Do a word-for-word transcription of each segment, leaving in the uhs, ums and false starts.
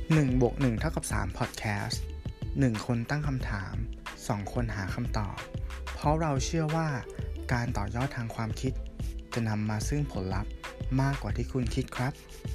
หนึ่งบวกหนึ่งเท่ากับสามพอดแคสต์หนึ่งคนตั้งคำถามสองคนหาคำตอบเพราะเราเชื่อว่าการต่อยอดทางความคิดจะนำมาซึ่งผลลัพธ์มากกว่าที่คุณคิดครับ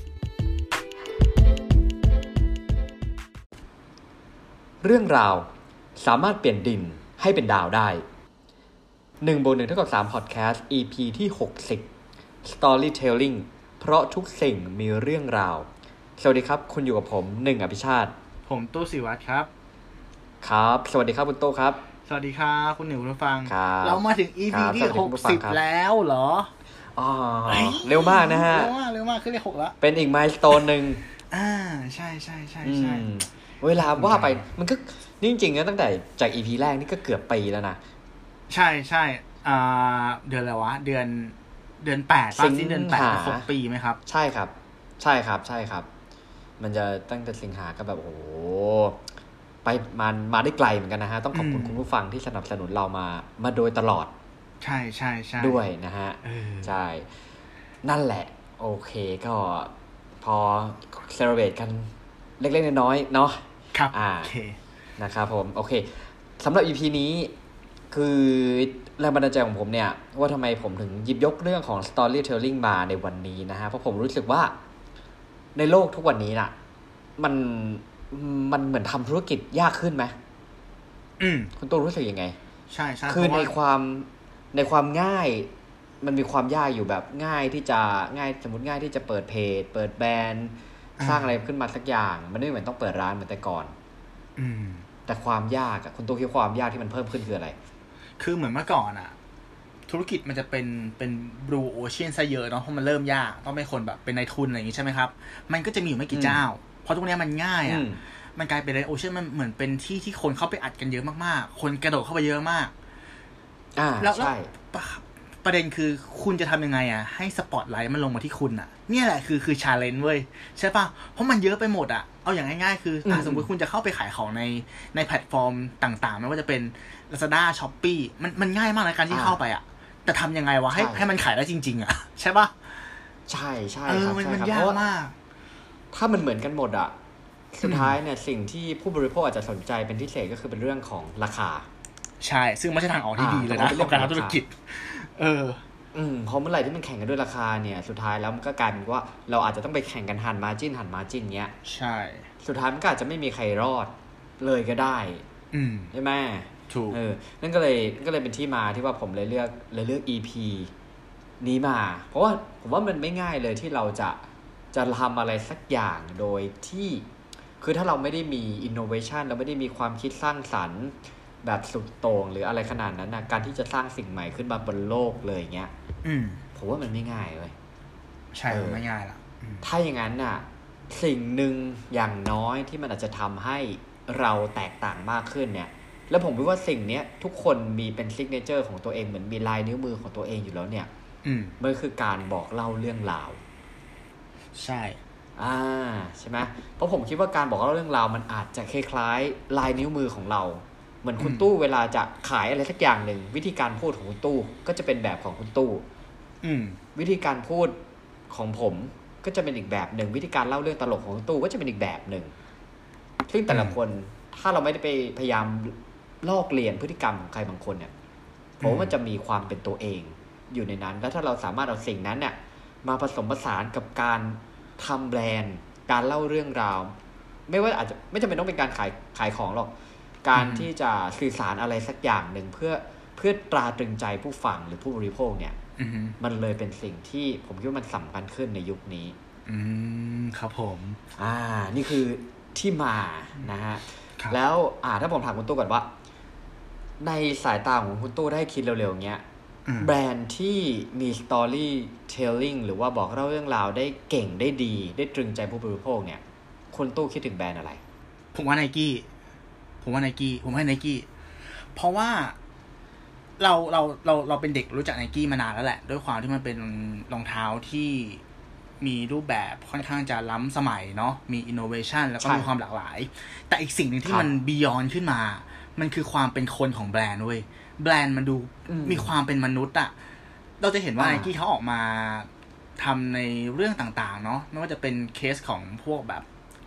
เรื่องราวสามารถเปลี่ยนดินให้เป็นดาวได้หนึ่งบวกหนึ่งเท่ากับสามพอดแคสต์ อี พี ที่หกสิบ Storytelling เพราะทุกสิ่งมีเรื่องราวสวัสดีครับคุณอยู่กับผมหนึ่งอภิชาติผมตู้ศิวัตรครับครับสวัสดีครับคุณตู้ครับสวัสดีครับคุณหนิวคุณผู้ฟังเรามาถึง อี พี ที่หกสิบแล้วเหรออ๋อเร็วมากนะฮะเร็วมากเร็วมากขึ้นเลขหกแล้วเป็นอีกมายสโตนนึงอ่าใช่ๆๆๆเวลาว่าไปมันก็นี่จริงๆนะตั้งแต่จาก อี พี แรกนี่ก็เกือบปีแล้วนะใช่ๆอ่าเดือนอะไรวะเดือนเดือนแปดป่ะสิ้นเดือนแปดครบปีมั้ยครับใช่ครับใช่ครับใช่ครับมันจะตั้งแต่สิงหาก็แบบโอ้โหไปมันมาได้ไกลเหมือนกันนะฮะต้องขอบคุณคุณผู้ฟังที่สนับสนุนเรามามาโดยตลอดใช่ๆๆด้วยนะฮะใช่นั่นแหละโอเคก็พอเซเลบเรตกันเล็กๆน้อยๆเนาะครับอ่าโอเคนะครับผมโอเคสำหรับ อี พี นี้คือแรงบันดาลใจของผมเนี่ยว่าทำไมผมถึงหยิบยกเรื่องของ storytelling มาในวันนี้นะฮะเพราะผมรู้สึกว่าในโลกทุกวันนี้น่ะมันมันเหมือนทำธุรกิจยากขึ้นไหมอืมคุณตู้รู้สึกยังไงใช่ใช่คือในความในความง่ายมันมีความยากอยู่แบบง่ายที่จะง่ายสมมติง่ายที่จะเปิดเพจเปิดแบรนด์สร้างอะไรขึ้นมาสักอย่างมันไม่เหมือนต้องเปิดร้านเหมือนแต่ก่อนอืมแต่ความยากอะคุณตู้คิดความยากที่มันเพิ่มขึ้นคืออะไรคือเหมือนเมื่อก่อนอะธุรกิจมันจะเป็นเป็น blue ocean ซะเยอะเนาะเพราะมันเริ่มยากต้องเป็นคนแบบเป็นนายทุนอะไรอย่างงี้ใช่ไหมครับมันก็จะมีอยู่ไม่กี่เจ้าเพราะตรงนี้มันง่ายอะมันกลายเป็น red ocean มันเหมือนเป็นที่ที่คนเข้าไปอัดกันเยอะมากๆคนกระโดดเข้าไปเยอะมากอ่าใช่ประเด็นคือคุณจะทำยังไงอ่ะให้สปอตไลท์มันลงมาที่คุณอ่ะเนี่ยแหละคือคือ challenge เว้ยใช่ป่ะเพราะมันเยอะไปหมดอ่ะเอาอย่างง่ายๆคืออ่ะสมมุติคุณจะเข้าไปขายของในในแพลตฟอร์มต่างๆไม่ว่าจะเป็น Lazada Shopee มันมันง่ายมากในการที่เข้าไปอ่ะแต่ทำยังไงวะให้ให้มันขายได้จริงๆอ่ะใช่ป่ะใช่ใช่ครับใช่มันมันยากมากถ้ามันเหมือนกันหมดอ่ะสุดท้ายเนี่ยสิ่งที่ผู้บริโภคอาจจะสนใจเป็นพิเศษก็คือเป็นเรื่องของราคาใช่ซึ่งไม่ใช่ทางออกที่ดีเลยนะของการทำธุรกิจเอออืมพอเมื่อไหร่ที่มันแข่งกันด้วยราคาเนี่ยสุดท้ายแล้วมันก็กลายเป็นว่าเราอาจจะต้องไปแข่งกันหันมาร์จิ้นหันมาร์จิ้นเงี้ยใช่สุดท้ายมันก็อาจจะไม่มีใครรอดเลยก็ได้อืมใช่ไหมถูกเออนั่นก็เลยก็เลยเป็นที่มาที่ว่าผมเลยเลือกเลยเลือก อี พี นี้มาเพราะว่าผมว่ามันไม่ง่ายเลยที่เราจะจะทำอะไรสักอย่างโดยที่คือถ้าเราไม่ได้มี innovation เราไม่ได้มีความคิดสร้างสรรค์แบบสุดโต่งหรืออะไรขนาดนั้นนะการที่จะสร้างสิ่งใหม่ขึ้นมาบนโลกเลยเงี้ยผมว่ามันไม่ง่ายเลยใช่ไม่ง่ายล่ะถ้าอย่างนั้นน่ะสิ่งหนึ่งอย่างน้อยที่มันอาจจะทำให้เราแตกต่างมากขึ้นเนี่ยแล้วผมคิดว่าสิ่งนี้ทุกคนมีเป็นซิกเนเจอร์ของตัวเองเหมือนมีลายนิ้วมือของตัวเองอยู่แล้วเนี่ยมันคือการบอกเล่าเรื่องราวใช่อ่าใช่ไหมเพราะผมคิดว่าการบอกเล่าเรื่องราวมันอาจจะคล้ายๆลายนิ้วมือของเราเหมือนคุณตู้เวลาจะขายอะไรสักอย่างหนึ่งวิธีการพูดของคุณตู้ก็จะเป็นแบบของคุณตู้วิธีการพูดของผมก็จะเป็นอีกแบบหนึ่งวิธีการเล่าเรื่องตลกของคุณตู้ก็จะเป็นอีกแบบหนึ่งซึ่งแต่ละคนถ้าเราไม่ได้ไปพยายามลอกเลียนพฤติกรรมของใครบางคนเนี่ยผมว่ามันจะมีความเป็นตัวเองอยู่ในนั้นแล้วถ้าเราสามารถเอาสิ่งนั้นเนี่ยมาผสมผสานกับการทำแบรนด์การเล่าเรื่องราวไม่ว่าอาจจะไม่จำเป็นต้องเป็นการขายขายของหรอกการที่จะสื่อสารอะไรสักอย่างหนึ่งเพื่อเพื่อตราตรึงใจผู้ฟังหรือผู้บริโภคเนี่ย mm-hmm. มันเลยเป็นสิ่งที่ผมคิดว่ามันสำคัญขึ้นในยุคนี้อืมครับผมอ่านี่คือที่มานะฮะแล้วอ่าถ้าผมถามคุณตู้ก่อนว่าในสายตาของคุณตู้ได้คิดเร็วๆเงี้ยแบรนด์ที่มี storytelling หรือว่าบอกเล่าเรื่องราวได้เก่งได้ดีได้ตรึงใจผู้บริโภคเนี่ยคุณตู้คิดถึงแบรนด์อะไรผมว่า Nike ผมว่า Nike ผมให้ Nike เพราะว่าเราเราเราเราเป็นเด็กรู้จัก Nike มานานแล้วแหละด้วยความที่มันเป็นรองเท้าที่มีรูปแบบค่อนข้างจะล้ำสมัยเนาะมี innovation แล้วก็มีความหลากหลายแต่อีกสิ่งหนึ่งที่มัน beyond ขึ้นมามันคือความเป็นคนของแบรนด์เว้ยแบรนด์มันดูมีความเป็นมนุษย์อะเราจะเห็นว่า Nike เขาออกมาทำในเรื่องต่างๆเนาะไม่ว่าจะเป็นเคสของพวกแบบ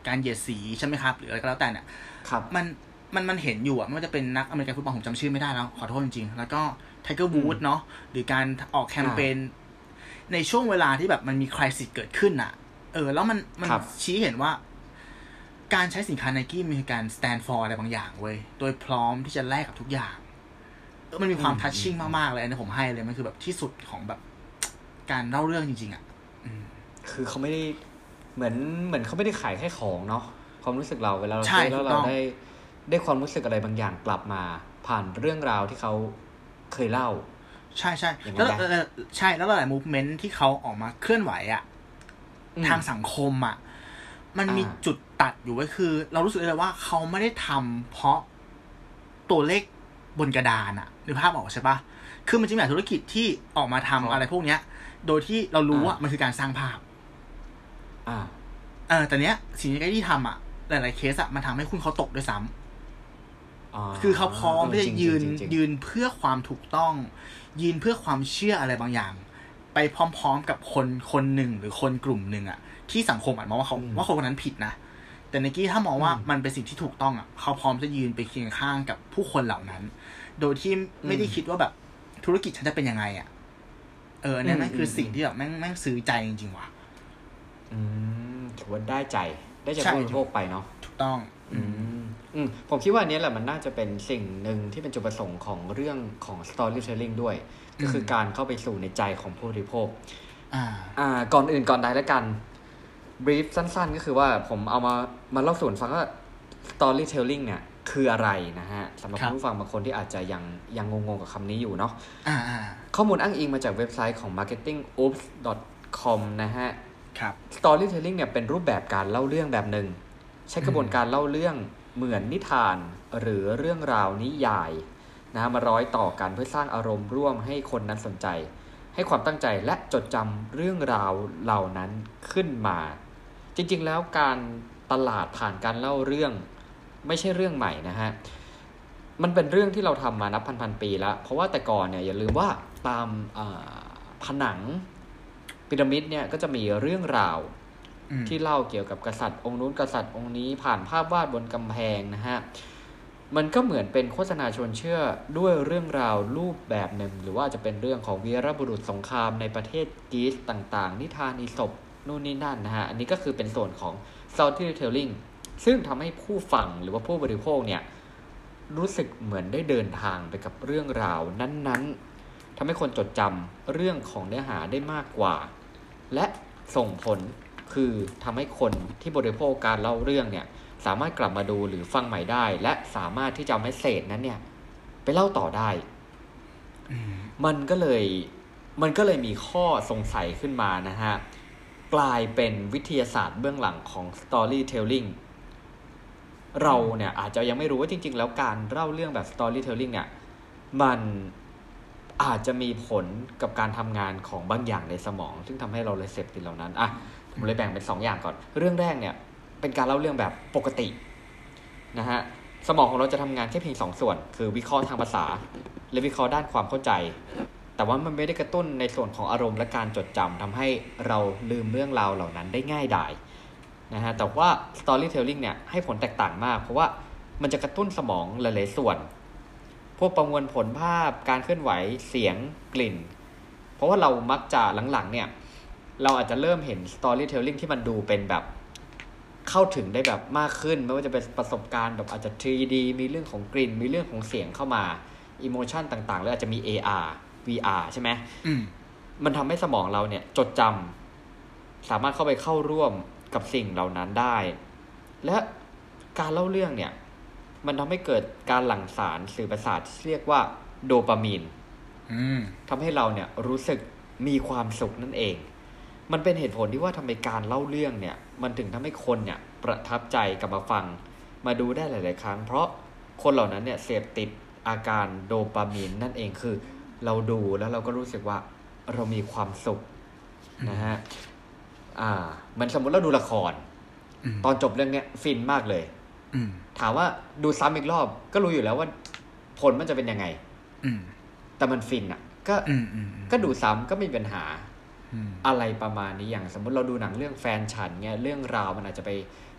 การเหยียดสีใช่ไหมครับหรืออะไรก็แล้วแต่เนี่ยมันมันมันเห็นอยู่อ่ะไม่ว่าจะเป็นนักอเมริกันฟุตบอลผมจำชื่อไม่ได้แล้วขอโทษจริงๆแล้วก็ไทเกอร์วูดเนาะหรือการออกแคมเปญในช่วงเวลาที่แบบมันมีไครซิสเกิดขึ้นอ่ะเออแล้วมันมันชี้เห็นว่าการใช้สินค้า Nike มีการ stand for อะไรบางอย่างเว้ยโดยพร้อมที่จะแลกกับทุกอย่างเออมันมีความทัชชิ่งมากๆเลยอันนี้ผมให้เลยมันคือแบบที่สุดของแบบการเล่าเรื่องจริงๆอ่ะคือเขาไม่ได้เหมือนเหมือนเขาไม่ได้ขายแค่ของเนาะความรู้สึกเราเวลาเราซื้อแล้วเราได้ได้ความรู้สึกอะไรบางอย่างกลับมาผ่านเรื่องราวที่เขาเคยเล่าใช่ใช่แล้วใช่แล้วหลาย movement ที่เขาออกมาเคลื่อนไหวอ่ะทางสังคมอ่ะมันมีจุดตัดอยู่ก็คือเรารู้สึกเลยว่าเขาไม่ได้ทำเพราะตัวเลขบนกระดานอ่ะนึกภาพออกใช่ปะคือมันจะมีหลายธุรกิจที่ออกมาทำอะไรพวกเนี้ยโดยที่เรารู้ว่ามันคือการสร้างภาพอ่าเออแต่เนี้ยสิ่งที่ทำอ่ะหลายๆเคสอ่ะมันทำให้คุณเขาตกด้วยซ้ำคือเขาพร้อมที่จะยืนยืนเพื่อความถูกต้องยืนเพื่อความเชื่ออะไรบางอย่างไปพร้อมๆกับคนคนหนึ่งหรือคนกลุ่มหนึ่งอ่ะที่สังคมอาจมองว่าเขาว่าคนคนนั้นผิดนะแต่ในกี้ถ้ามองว่ามันเป็นสิ่งที่ถูกต้องอ่ะเขาพร้อมจะยืนไปเคียงข้างกับผู้คนเหล่านั้นโดยที่ไม่ได้คิดว่าแบบธุรกิจฉันจะเป็นยังไงอ่ะเออเนี่ยนั่นคือสิ่งที่แบบแม่งแม่งซื้อใจจริงๆว่ะอืมถือว่าได้ใจได้จากผู้บริโภคไปเนาะถูกต้องอืมอืมผมคิดว่าอันนี้แหละมันน่าจะเป็นสิ่งหนึ่งที่เป็นจุดประสงค์ของเรื่องของ storytelling ด้วยก็คือการเข้าไปสู่ในใจของผู้บริโภคอ่าอ่าก่อนอื่นก่อนใดแล้วกัน brief สั้นๆก็คือว่าผมเอามามาเล่าสู่ฟังว่า storytelling เนี่ยคืออะไรนะฮะสำหรับผู้ฟังบางคนที่อาจจะยังยังงงๆกับคำนี้อยู่เนาะอ่าข้อมูลอ้างอิงมาจากเว็บไซต์ของ มาร์เก็ตติ้งอูปส์ ดอท คอม นะฮะครับ storytelling เนี่ยเป็นรูปแบบการเล่าเรื่องแบบหนึ่งใช้กระบวนการเล่าเรื่องเหมือนนิทานหรือเรื่องราวนิยายนะมาร้อยต่อกันเพื่อสร้างอารมณ์ร่วมให้คนนั้นสนใจให้ความตั้งใจและจดจำเรื่องราวเหล่านั้นขึ้นมาจริงๆแล้วการตลาดผ่านการเล่าเรื่องไม่ใช่เรื่องใหม่นะฮะมันเป็นเรื่องที่เราทำมานับพันๆปีแล้วเพราะว่าแต่ก่อนเนี่ยอย่าลืมว่าตามผนังพีระมิดเนี่ยก็จะมีเรื่องราวที่เล่าเกี่ยวกับกษัตริย์องค์นู้นกษัตริย์องค์นี้ผ่านภาพวาดบนกำแพงนะฮะมันก็เหมือนเป็นโฆษณาชวนเชื่อด้วยเรื่องราวรูปแบบหนึ่งหรือว่าจะเป็นเรื่องของวีรบุรุษสงครามในประเทศกรีซต่างๆนิทานอีสปนู่นนี่นั่นนะฮะอันนี้ก็คือเป็นส่วนของ storytelling ซึ่งทำให้ผู้ฟังหรือว่าผู้บริโภคเนี่ยรู้สึกเหมือนได้เดินทางไปกับเรื่องราวนั้นๆทำให้คนจดจำเรื่องของเนื้อหาได้มากกว่าและส่งผลคือทำให้คนที่บริโภคการเล่าเรื่องเนี่ยสามารถกลับมาดูหรือฟังใหม่ได้และสามารถที่จะเอาเมสเสจนั้นเนี่ยไปเล่าต่อได้มันก็เลยมันก็เลยมีข้อสงสัยขึ้นมานะฮะกลายเป็นวิทยาศาสตร์เบื้องหลังของ storytelling เราเนี่ยอาจจะยังไม่รู้ว่าจริงๆแล้วการเล่าเรื่องแบบ storytelling เนี่ยมันอาจจะมีผลกับการทำงานของบางอย่างในสมองซึ่งทำให้เราเลยเสพติดเหล่านั้นอ่ะผมเลยแบ่งเป็นสองอย่างก่อนเรื่องแรกเนี่ยเป็นการเล่าเรื่องแบบปกตินะฮะสมองของเราจะทำงานแค่เพียงสองส่วนคือวิเคราะห์ทางภาษาและวิเคราะห์ด้านความเข้าใจแต่ว่ามันไม่ได้กระตุ้นในส่วนของอารมณ์และการจดจำทำให้เราลืมเรื่องราวเหล่านั้นได้ง่ายดายนะฮะแต่ว่า storytelling เนี่ยให้ผลแตกต่างมากเพราะว่ามันจะกระตุ้นสมองหลายๆส่วนพวกประมวลผลภาพการเคลื่อนไหวเสียงกลิ่นเพราะว่าเรามักจะหลังๆเนี่ยเราอาจจะเริ่มเห็น storytelling ที่มันดูเป็นแบบเข้าถึงได้แบบมากขึ้นไม่ว่าจะเป็นประสบการณ์แบบอาจจะ ทรี ดี มีเรื่องของกลิ่นมีเรื่องของเสียงเข้ามา emotion ต่างๆแล้วอาจจะมี เอ อาร์ วี อาร์ ใช่ไหมมันทำให้สมองเราเนี่ยจดจำสามารถเข้าไปเข้าร่วมกับสิ่งเหล่านั้นได้และการเล่าเรื่องเนี่ยมันทำให้เกิดการหลั่งสารสื่อประสาทที่เรียกว่าโดปามีนทำให้เราเนี่ยรู้สึกมีความสุขนั่นเองมันเป็นเหตุผลที่ว่าทำไมการเล่าเรื่องเนี่ยมันถึงทำให้คนเนี่ยประทับใจกับมาฟังมาดูได้หลายๆครั้งเพราะคนเหล่านั้นเนี่ยเสพติดอาการโดปามีนนั่นเองคือเราดูแล้วเราก็รู้สึกว่าเรามีความสุขนะฮะอ่ามันสมมติเราดูละครตอนจบเรื่องเนี้ยฟินมากเลยถามว่าดูซ้ำอีกรอบก็รู้อยู่แล้วว่าผลมันจะเป็นยังไงแต่มันฟินอ่ะก็ก็ดูซ้ำก็ไม่มีปัญหาอะไรประมาณนี้อย่างสมมติเราดูหนังเรื่องแฟนฉันเนี่ยเรื่องราวมันอาจจะไป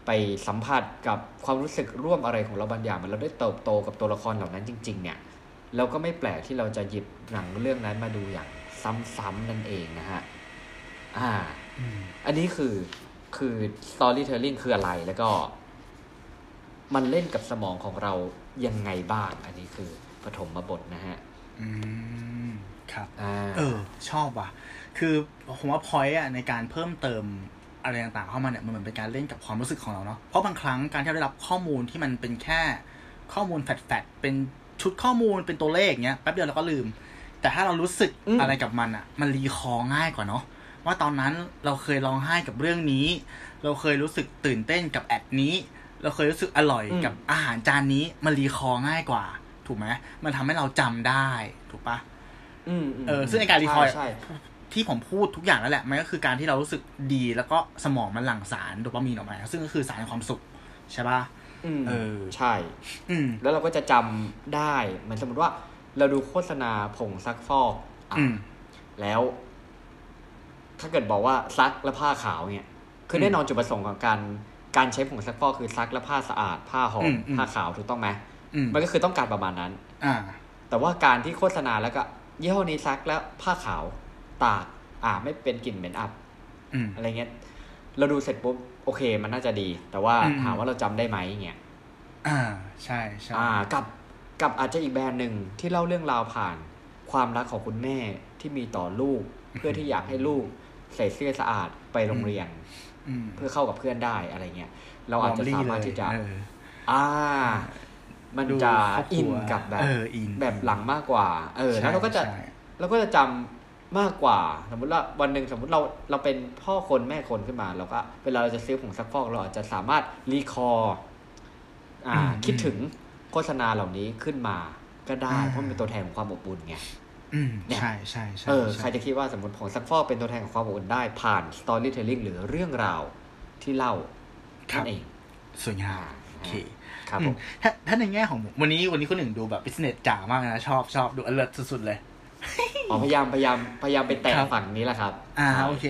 ไปสัมผัสกับความรู้สึกร่วมอะไรของเราบางอย่างมันเราได้เติบโตกับตัวละครเหล่านั้นจริงๆเนี่ยเราก็ไม่แปลกที่เราจะหยิบหนังเรื่องนั้นมาดูอย่างซ้ำๆนั่นเองนะฮะอ่าอันนี้คือคือ storytelling คืออะไรแล้วก็มันเล่นกับสมองของเรายังไงบ้างอันนี้คือปฐมบทนะฮะอืมครับเออชอบว่ะคือผมว่า point อ่ะในการเพิ่มเติมอะไรต่างๆเข้ามาเนี่ยมันเหมือนเป็นการเล่นกับความรู้สึกของเราเนาะเพราะบางครั้งการที่เราได้รับข้อมูลที่มันเป็นแค่ข้อมูลแฟดๆเป็นชุดข้อมูลเป็นตัวเลขเงี้ยแป๊บเดียวเราก็ลืมแต่ถ้าเรารู้สึกอะไรกับมันอ่ะมันรีคอร์ง่ายกว่าเนาะว่าตอนนั้นเราเคยร้องไห้กับเรื่องนี้เราเคยรู้สึกตื่นเต้นกับแอดนี้เราเคยรู้สึกอร่อยกับอาหารจานนี้มันรีคอร์ง่ายกว่าถูกไหมมันทำให้เราจำได้ถูกปะเออซึ่งในการรีคอร์ที่ผมพูดทุกอย่างแล้วแหละมันก็คือการที่เรารู้สึกดีแล้วก็สมองมันหลั่งสารโดปามีนออกมาซึ่งก็คือสารแห่งความสุขใช่ปะเออใช่แล้วเราก็จะจำได้เหมือนสมมติว่าเราดูโฆษณาผงซักฟอกอ่ะแล้วถ้าเกิดบอกว่าซักแล้วผ้าขาวเนี่ยคือแน่นอนจุดประสงค์ของการการใช้ผงซักฟอกคือซักแล้วผ้าสะอาดผ้าหอมผ้าขาวถูกต้องไหมมันก็คือต้องการประมาณนั้นแต่ว่าการที่โฆษณาแล้วก็ยี่ห้อนี้ซักแล้วผ้าขาวตากอ่าไม่เป็นกลิ่นเหม็นอับอะไรเงี้ยเราดูเสร็จปุ๊บโอเคมันน่าจะดีแต่ว่าถามว่าเราจำได้ไหมเงี้ยอ่าใช่ใช่อ่ากับกับอาจจะอีกแบรนด์หนึ่งที่เล่าเรื่องราวผ่านความรักของคุณแม่ที่มีต่อลูกเพื่อที่อยากให้ลูกใส่เสื้อสะอาดไปโรงเรียนเพื่อเข้ากับเพื่อนได้อะไรเงี้ยเราอาจจะสามารถที่จะอ่ามันจะอินกับแบบแบบหลังมากกว่าเออแล้วเราก็จะเราก็จะจำมากกว่าสมมติว่าวันหนึ่งสมมติเราเราเป็นพ่อคนแม่คนขึ้นมาเราก็เวลาเราจะซื้อผงซักฟอกเราอาจจะสามารถรีคอร์อ่าคิดถึงโฆษณาเหล่านี้ขึ้นมาก็ได้เพราะมันเป็นตัวแทนของความอบอุ่นไงใช่ใช่ใช่เออใครจะคิดว่าสมมติผงซักฟอกเป็นตัวแทนของความอบอุ่นได้ผ่าน storytelling หรือเรื่องราวที่เล่านั่นเองสวยงามโอเคครับผมถ้าถ้าในแง่ของวันนี้วันนี้คนหนึ่งดูแบบ business จ๋ามากนะชอบชอบดู alert สุดๆเลยอ๋อพยายามพยายามพยายามไปแตะฝั่งนี้แหละครับอ่าโอเค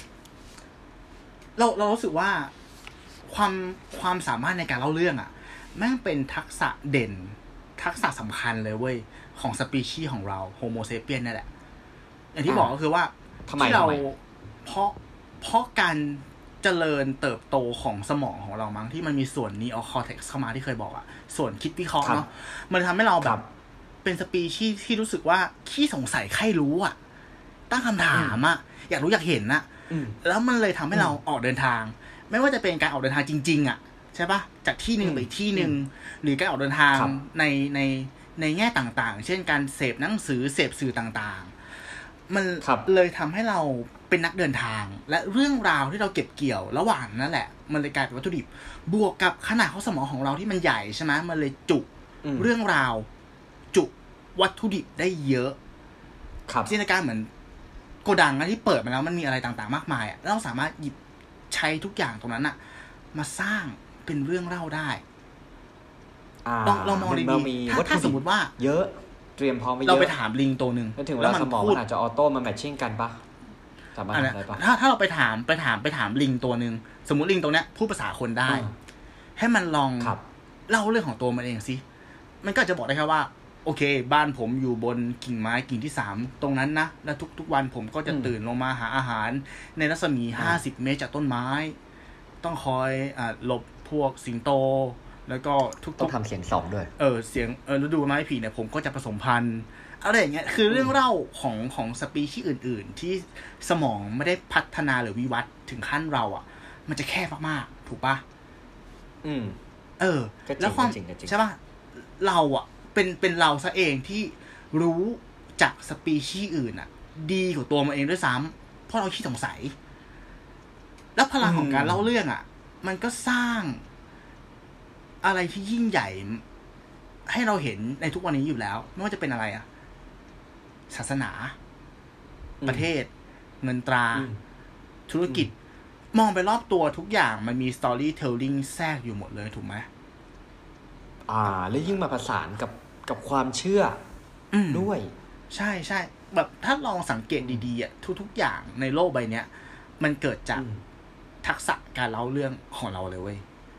เราเรารู้สึกว่าความความสามารถในการเล่าเรื่องอ่ะแม่งเป็นทักษะเด่นทักษะสำคัญเลยเว้ยของสปีชีส์ของเราโฮโมเซเปียนนั่นแหละอย่างที่บอกก็คือว่าที่เราเพราะเพราะการเจริญเติบโตของสมองของเรามั้งที่มันมีส่วนนีโอคอร์เทกซ์เข้ามาที่เคยบอกอ่ะส่วนคิดวิเคราะห์เนาะมันทำให้เราแบบเป็นสปีชีส์ที่รู้สึกว่าขี้สงสัยใครรู้อ่ะตั้งคำถามอ่ะอยากรู้อยากเห็นน่ะแล้วมันเลยทำให้เราออกเดินทางไม่ว่าจะเป็นการออกเดินทางจริงๆอ่ะใช่ปะจากที่หนึ่งไปที่หนึ่งหรือการออกเดินทางในในในแง่ต่างๆเช่นการเสพหนังสือเสพสื่อต่างๆมันเลยทำให้เราเป็นนักเดินทางและเรื่องราวที่เราเก็บเกี่ยวระหว่างนั่นแหละมันเลยกลายเป็นวัตถุดิบบวกกับขนาดของสมองของเราที่มันใหญ่ใช่ไหมมันเลยจุเรื่องราวจุวัตถุดิบได้เยอะจินตนาการเหมือนโกดังนะที่เปิดมาแล้วมันมีอะไรต่างๆมากมายอ่ะเราสามารถหยิบใช้ทุกอย่างตรงนั้นอ่ะมาสร้างเป็นเรื่องเล่าได้ลองลองมองดีๆถ้าถ้าสมมติว่าเยอะเตรียมพร้อมไปเยอะเราไปถามลิงตัวนึงแล้วมันพูดอาจจะออโต้มาแมทชิ่งกันปะสามารถอะไรปะถ้าถ้าเราไปถามไปถามไปถามลิงตัวนึงสมมติลิงตัวเนี้ยพูดภาษาคนได้ให้มันลองเล่าเรื่องของตัวมันเองสิมันก็จะบอกได้แค่ว่าโอเคบ้านผมอยู่บนกิ่งไม้กิ่งที่สามตรงนั้นนะและทุกๆวันผมก็จะตื่นลงมาหาอาหารในรัศมีห้าสิบเมตรจากต้นไม้ต้องคอยอ่าหลบพวกสิงโตแล้วก็ทุกต้องทำเสียงสองด้วยเออเสียงเออฤดูไม้ผลิเนี่ยผมก็จะผสมพันธุ์อะไรอย่างเงี้ยคือเรื่องเล่าของของสปีชีส์อื่นๆที่สมองไม่ได้พัฒนาหรือวิวัฒน์ถึงขั้นเราอ่ะมันจะแคบมากๆถูกปะอืมเออแล้วความใช่ป่ะเราอ่ะเป็นเป็นเราซะเองที่รู้จากสปีชีส์อื่นอ่ะดีกว่าตัวมันเองด้วยซ้ำเพราะเราขี้สงสัยแล้วพลังของการเล่าเรื่องอ่ะมันก็สร้างอะไรที่ยิ่งใหญ่ให้เราเห็นในทุกวันนี้อยู่แล้วไม่ว่าจะเป็นอะไรอ่ะศาสนาประเทศเงินตราธุรกิจมองไปรอบตัวทุกอย่างมันมี storytelling แทรกอยู่หมดเลยถูกไหมอ่าแล้วยิ่งมาประสานกับกับความเชื่อด้วยใช่ใช่แบบถ้าลองสังเกตดีๆอ่ะทุกๆอย่างในโลกใบเนี้ยมันเกิดจากทักษะการเล่าเรื่องของเราเลยเว้ย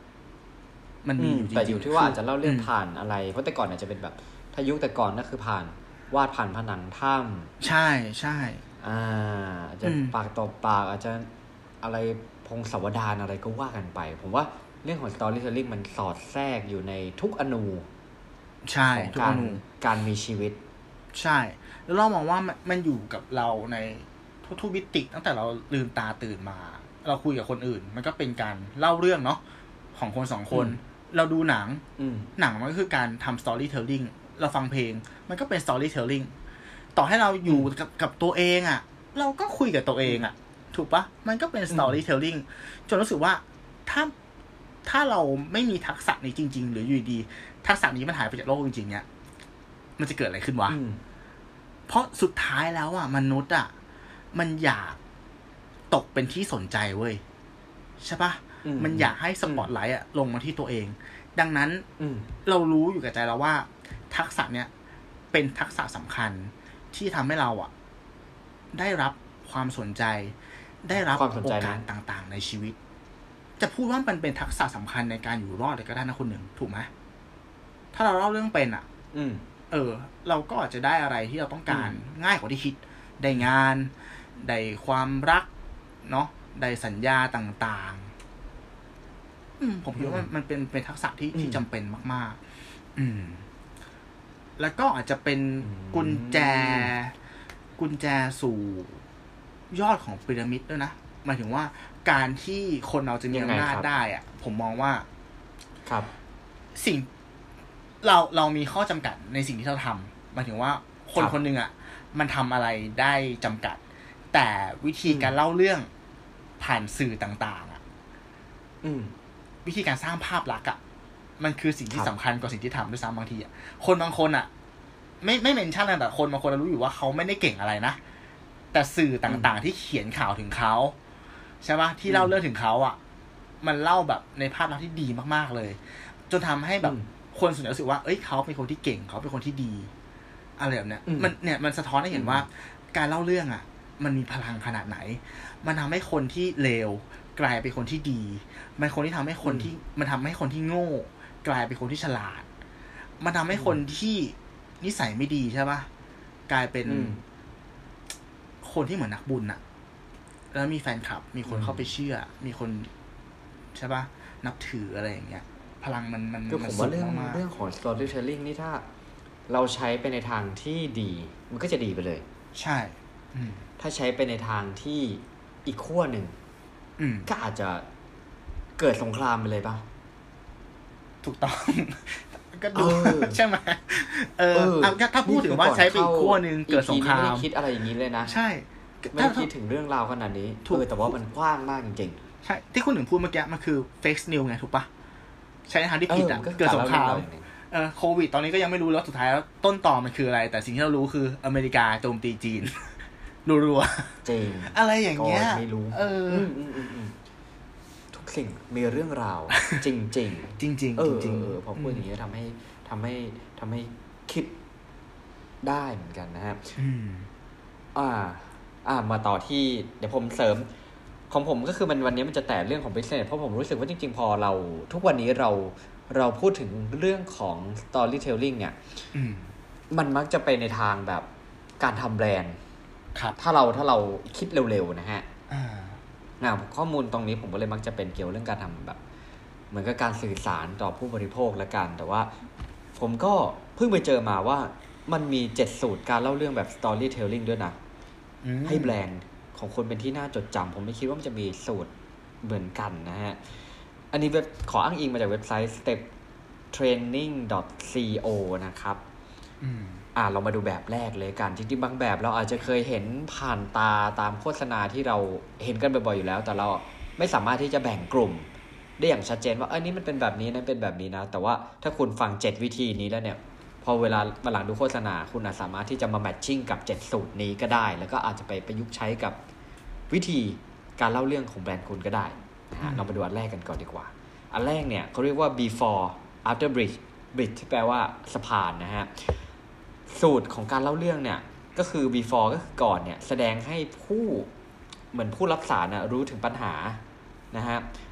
มันมีอยู่จริงๆแต่อยู่ที่ว่าอาจจะเล่าเรื่องผ่านอะไรเพราะแต่ก่อนอาจจะเป็นแบบถ้ายุคแต่ก่อนนั่นคือผ่านวาดผ่านผนังถ้ำใช่ใช่อ่าอาจจะปากต่อปากอาจจะอะไรพงศาวดารอะไรก็ว่ากันไปผมว่าเรื่องของ storytelling มันสอดแทรกอยู่ในทุกอนูใช่ของการการมีชีวิตใช่แล้วเรามองว่ามันอยู่กับเราในทุกๆมิติตั้งแต่เราลืมตาตื่นมาเราคุยกับคนอื่นมันก็เป็นการเล่าเรื่องเนาะของคนสองคนเราดูหนังหนังมันก็คือการทำ storytelling เราฟังเพลงมันก็เป็น storytelling ต่อให้เราอยู่กับกับตัวเองอ่ะเราก็คุยกับตัวเองอ่ะถูกปะมันก็เป็น storytelling จนรู้สึกว่าถ้าถ้าเราไม่มีทักษะนี้จริงๆหรืออยู่ดีทักษะนี้มันหายไปจากโลกจริงๆเนี่ยมันจะเกิดอะไรขึ้นวะเพราะสุดท้ายแล้วอ่ะมนุษย์อ่ะมันอยากตกเป็นที่สนใจเว้ยใช่ปะมันอยากให้สปอตไลท์อ่ะลงมาที่ตัวเองดังนั้นเรารู้อยู่กับใจแล้วว่าทักษะเนี้ยเป็นทักษะสำคัญที่ทำให้เราอ่ะได้รับความสนใจได้รับโอกาสต่างๆในชีวิตจะพูดว่ามันเป็นทักษะสำคัญในการอยู่รอดเลยก็ได้นะคนหนึ่งถูกไหมถ้าเราเล่าเรื่องเป็นอ่ะเออเราก็อาจจะได้อะไรที่เราต้องการง่ายกว่าที่คิดได้งานได้ความรักเนาะได้สัญญาต่างๆอืมผมคิดว่ามันเป็นเป็นทักษะที่ที่จำเป็นมากๆอืมแล้วก็อาจจะเป็นกุญแจกุญแจสู่ยอดของพีระมิดด้วยนะหมายถึงว่าการที่คนเราจะมีอำนาจได้อ่ะผมมองว่าครับสิ่งเราเรามีข้อจำกัดในสิ่งที่เราทำหมายถึงว่าคนคนหนึ่งอ่ะมันทำอะไรได้จำกัดแต่วิธีการเล่าเรื่องผ่านสื่อต่างๆอ่ะวิธีการสร้างภาพลักษณ์อ่ะมันคือสิ่งที่สำคัญกว่าสิ่งที่ทำด้วยซ้ำบางทีอ่ะคนบางคนอ่ะไม่ไม่เมนชั่นนะแต่คนบางคนเรารู้อยู่ว่าเขาไม่ได้เก่งอะไรนะแต่สื่อต่างๆที่เขียนข่าวถึงเขาใช่ปะที่เล่าเรื่องถึงเขาอ่ะมันเล่าแบบในภาพลักษณ์ที่ดีมากๆเลยจนทำให้แบบคนส่วนใหญ่รู้สึกว่าเอ้ยเขาเป็นคนที่เก่งเขาเป็นคนที่ดีอะไรแบบเนี้ยมันเนี่ยมันสะท้อนให้เห็นว่าการเล่าเรื่องอ่ะมันมีพลังขนาดไหนมันทำให้คนที่เลวกลายเป็นคนที่ดีมันคนที่ทำให้คนที่มันทำให้คนที่โง่กลายเป็นคนที่ฉลาดมันทำให้คนที่นิสัยไม่ดีใช่ปะกลายเป็นคนที่เหมือนนักบุญอะแล้วมีแฟนคลับมีคนเข้าไปเชื่อมีคนใช่ปะนับถืออะไรอย่างเงี้ยพลังมันมันคือผมว่าเรื่องเรื่องของ storytelling นี่ถ้าเราใช้ไปในทางที่ดีมันก็จะดีไปเลยใช่ถ้าใช้ไปในทางที่อีกขั้วหนึ่งก็อาจจะเกิดสงครามไปเลยป่ะถูกต้องก็ดูใช่ไหมเออถ้าพูดถึงว่าใช้ไปอีกขั้วหนึ่งเกิดสงครามไม่ได้คิดอะไรอย่างนี้เลยนะใช่ไม่ได้คิดถึงเรื่องราวขนาดนี้เออแต่ว่ามันกว้างมากจริงๆใช่ที่คุณหนึ่งพูดเมื่อกี้มันคือ fake news ไงถูกปะใช้ในทางที่ผิดอ่ะเกิดสงครามเออโควิดตอนนี้ก็ยังไม่รู้แล้วสุดท้ายแล้วต้นตอมันคืออะไรแต่สิ่งที่เรารู้คืออเมริกาโจมตีจีนรัวๆจริงอะไรอย่างเงี้ยไม่รู้เออทุกสิ่งมีเรื่องราวจริงจริงจริงจริงจริงเออพอพูดอย่างนี้ทำให้ทำให้ทำให้คิดได้เหมือนกันนะฮะอ่าอ่ามาต่อที่เดี๋ยวผมเสริมของผมก็คือมันวันนี้มันจะแตะเรื่องของ business เพราะผมรู้สึกว่าจริงๆพอเราทุกวันนี้เราเราพูดถึงเรื่องของ storytelling เนี่ยมันมักจะไปในทางแบบการทำแบรนด์ถ้าเราถ้าเราคิดเร็วๆนะฮะอ่าข้อมูลตรงนี้ผมก็เลยมักจะเป็นเกี่ยวเรื่องการทำแบบเหมือนกับการสื่อสารต่อผู้บริโภคและกันแต่ว่าผมก็เพิ่งไปเจอมาว่ามันมีเจ็ดสูตรการเล่าเรื่องแบบ storytelling ด้วยนะให้แบรนด์ของคนเป็นที่น่าจดจำผมไม่คิดว่ามันจะมีสูตรเหมือนกันนะฮะอันนี้ขออ้างอิงมาจากเว็บไซต์ step training dot co นะครับอ่าเรามาดูแบบแรกเลยกันจริงๆบางแบบเราอาจจะเคยเห็นผ่านตาตามโฆษณาที่เราเห็นกันบ่อยๆอยู่แล้วแต่เราไม่สามารถที่จะแบ่งกลุ่มได้อย่างชัดเจนว่าอันนี้มันเป็นแบบนี้นั่นเป็นแบบนี้นะแต่ว่าถ้าคุณฟังเจ็ดวิธีนี้แล้วเนี่ยพอเวลามาหลังดูโฆษณาคุณอาจสามารถที่จะมาแมทชิ่งกับเจ็ดสูตรนี้ก็ได้แล้วก็อาจจะไปประยุกต์ใช้กับวิธีการเล่าเรื่องของแบรนด์คุณก็ได้นะฮะเรามาดูอันแรกกันก่อนดีกว่าอันแรกเนี่ยเขาเรียกว่า before after bridge bridge ที่แปลว่าสะพานนะฮะสูตรของการเล่าเรื่องเนี่ยก็คือ before ก็คือก่อนเนี่ยแสดงให้ผู้เหมือนผู้รับสารนะรู้ถึงปัญหานะฮะ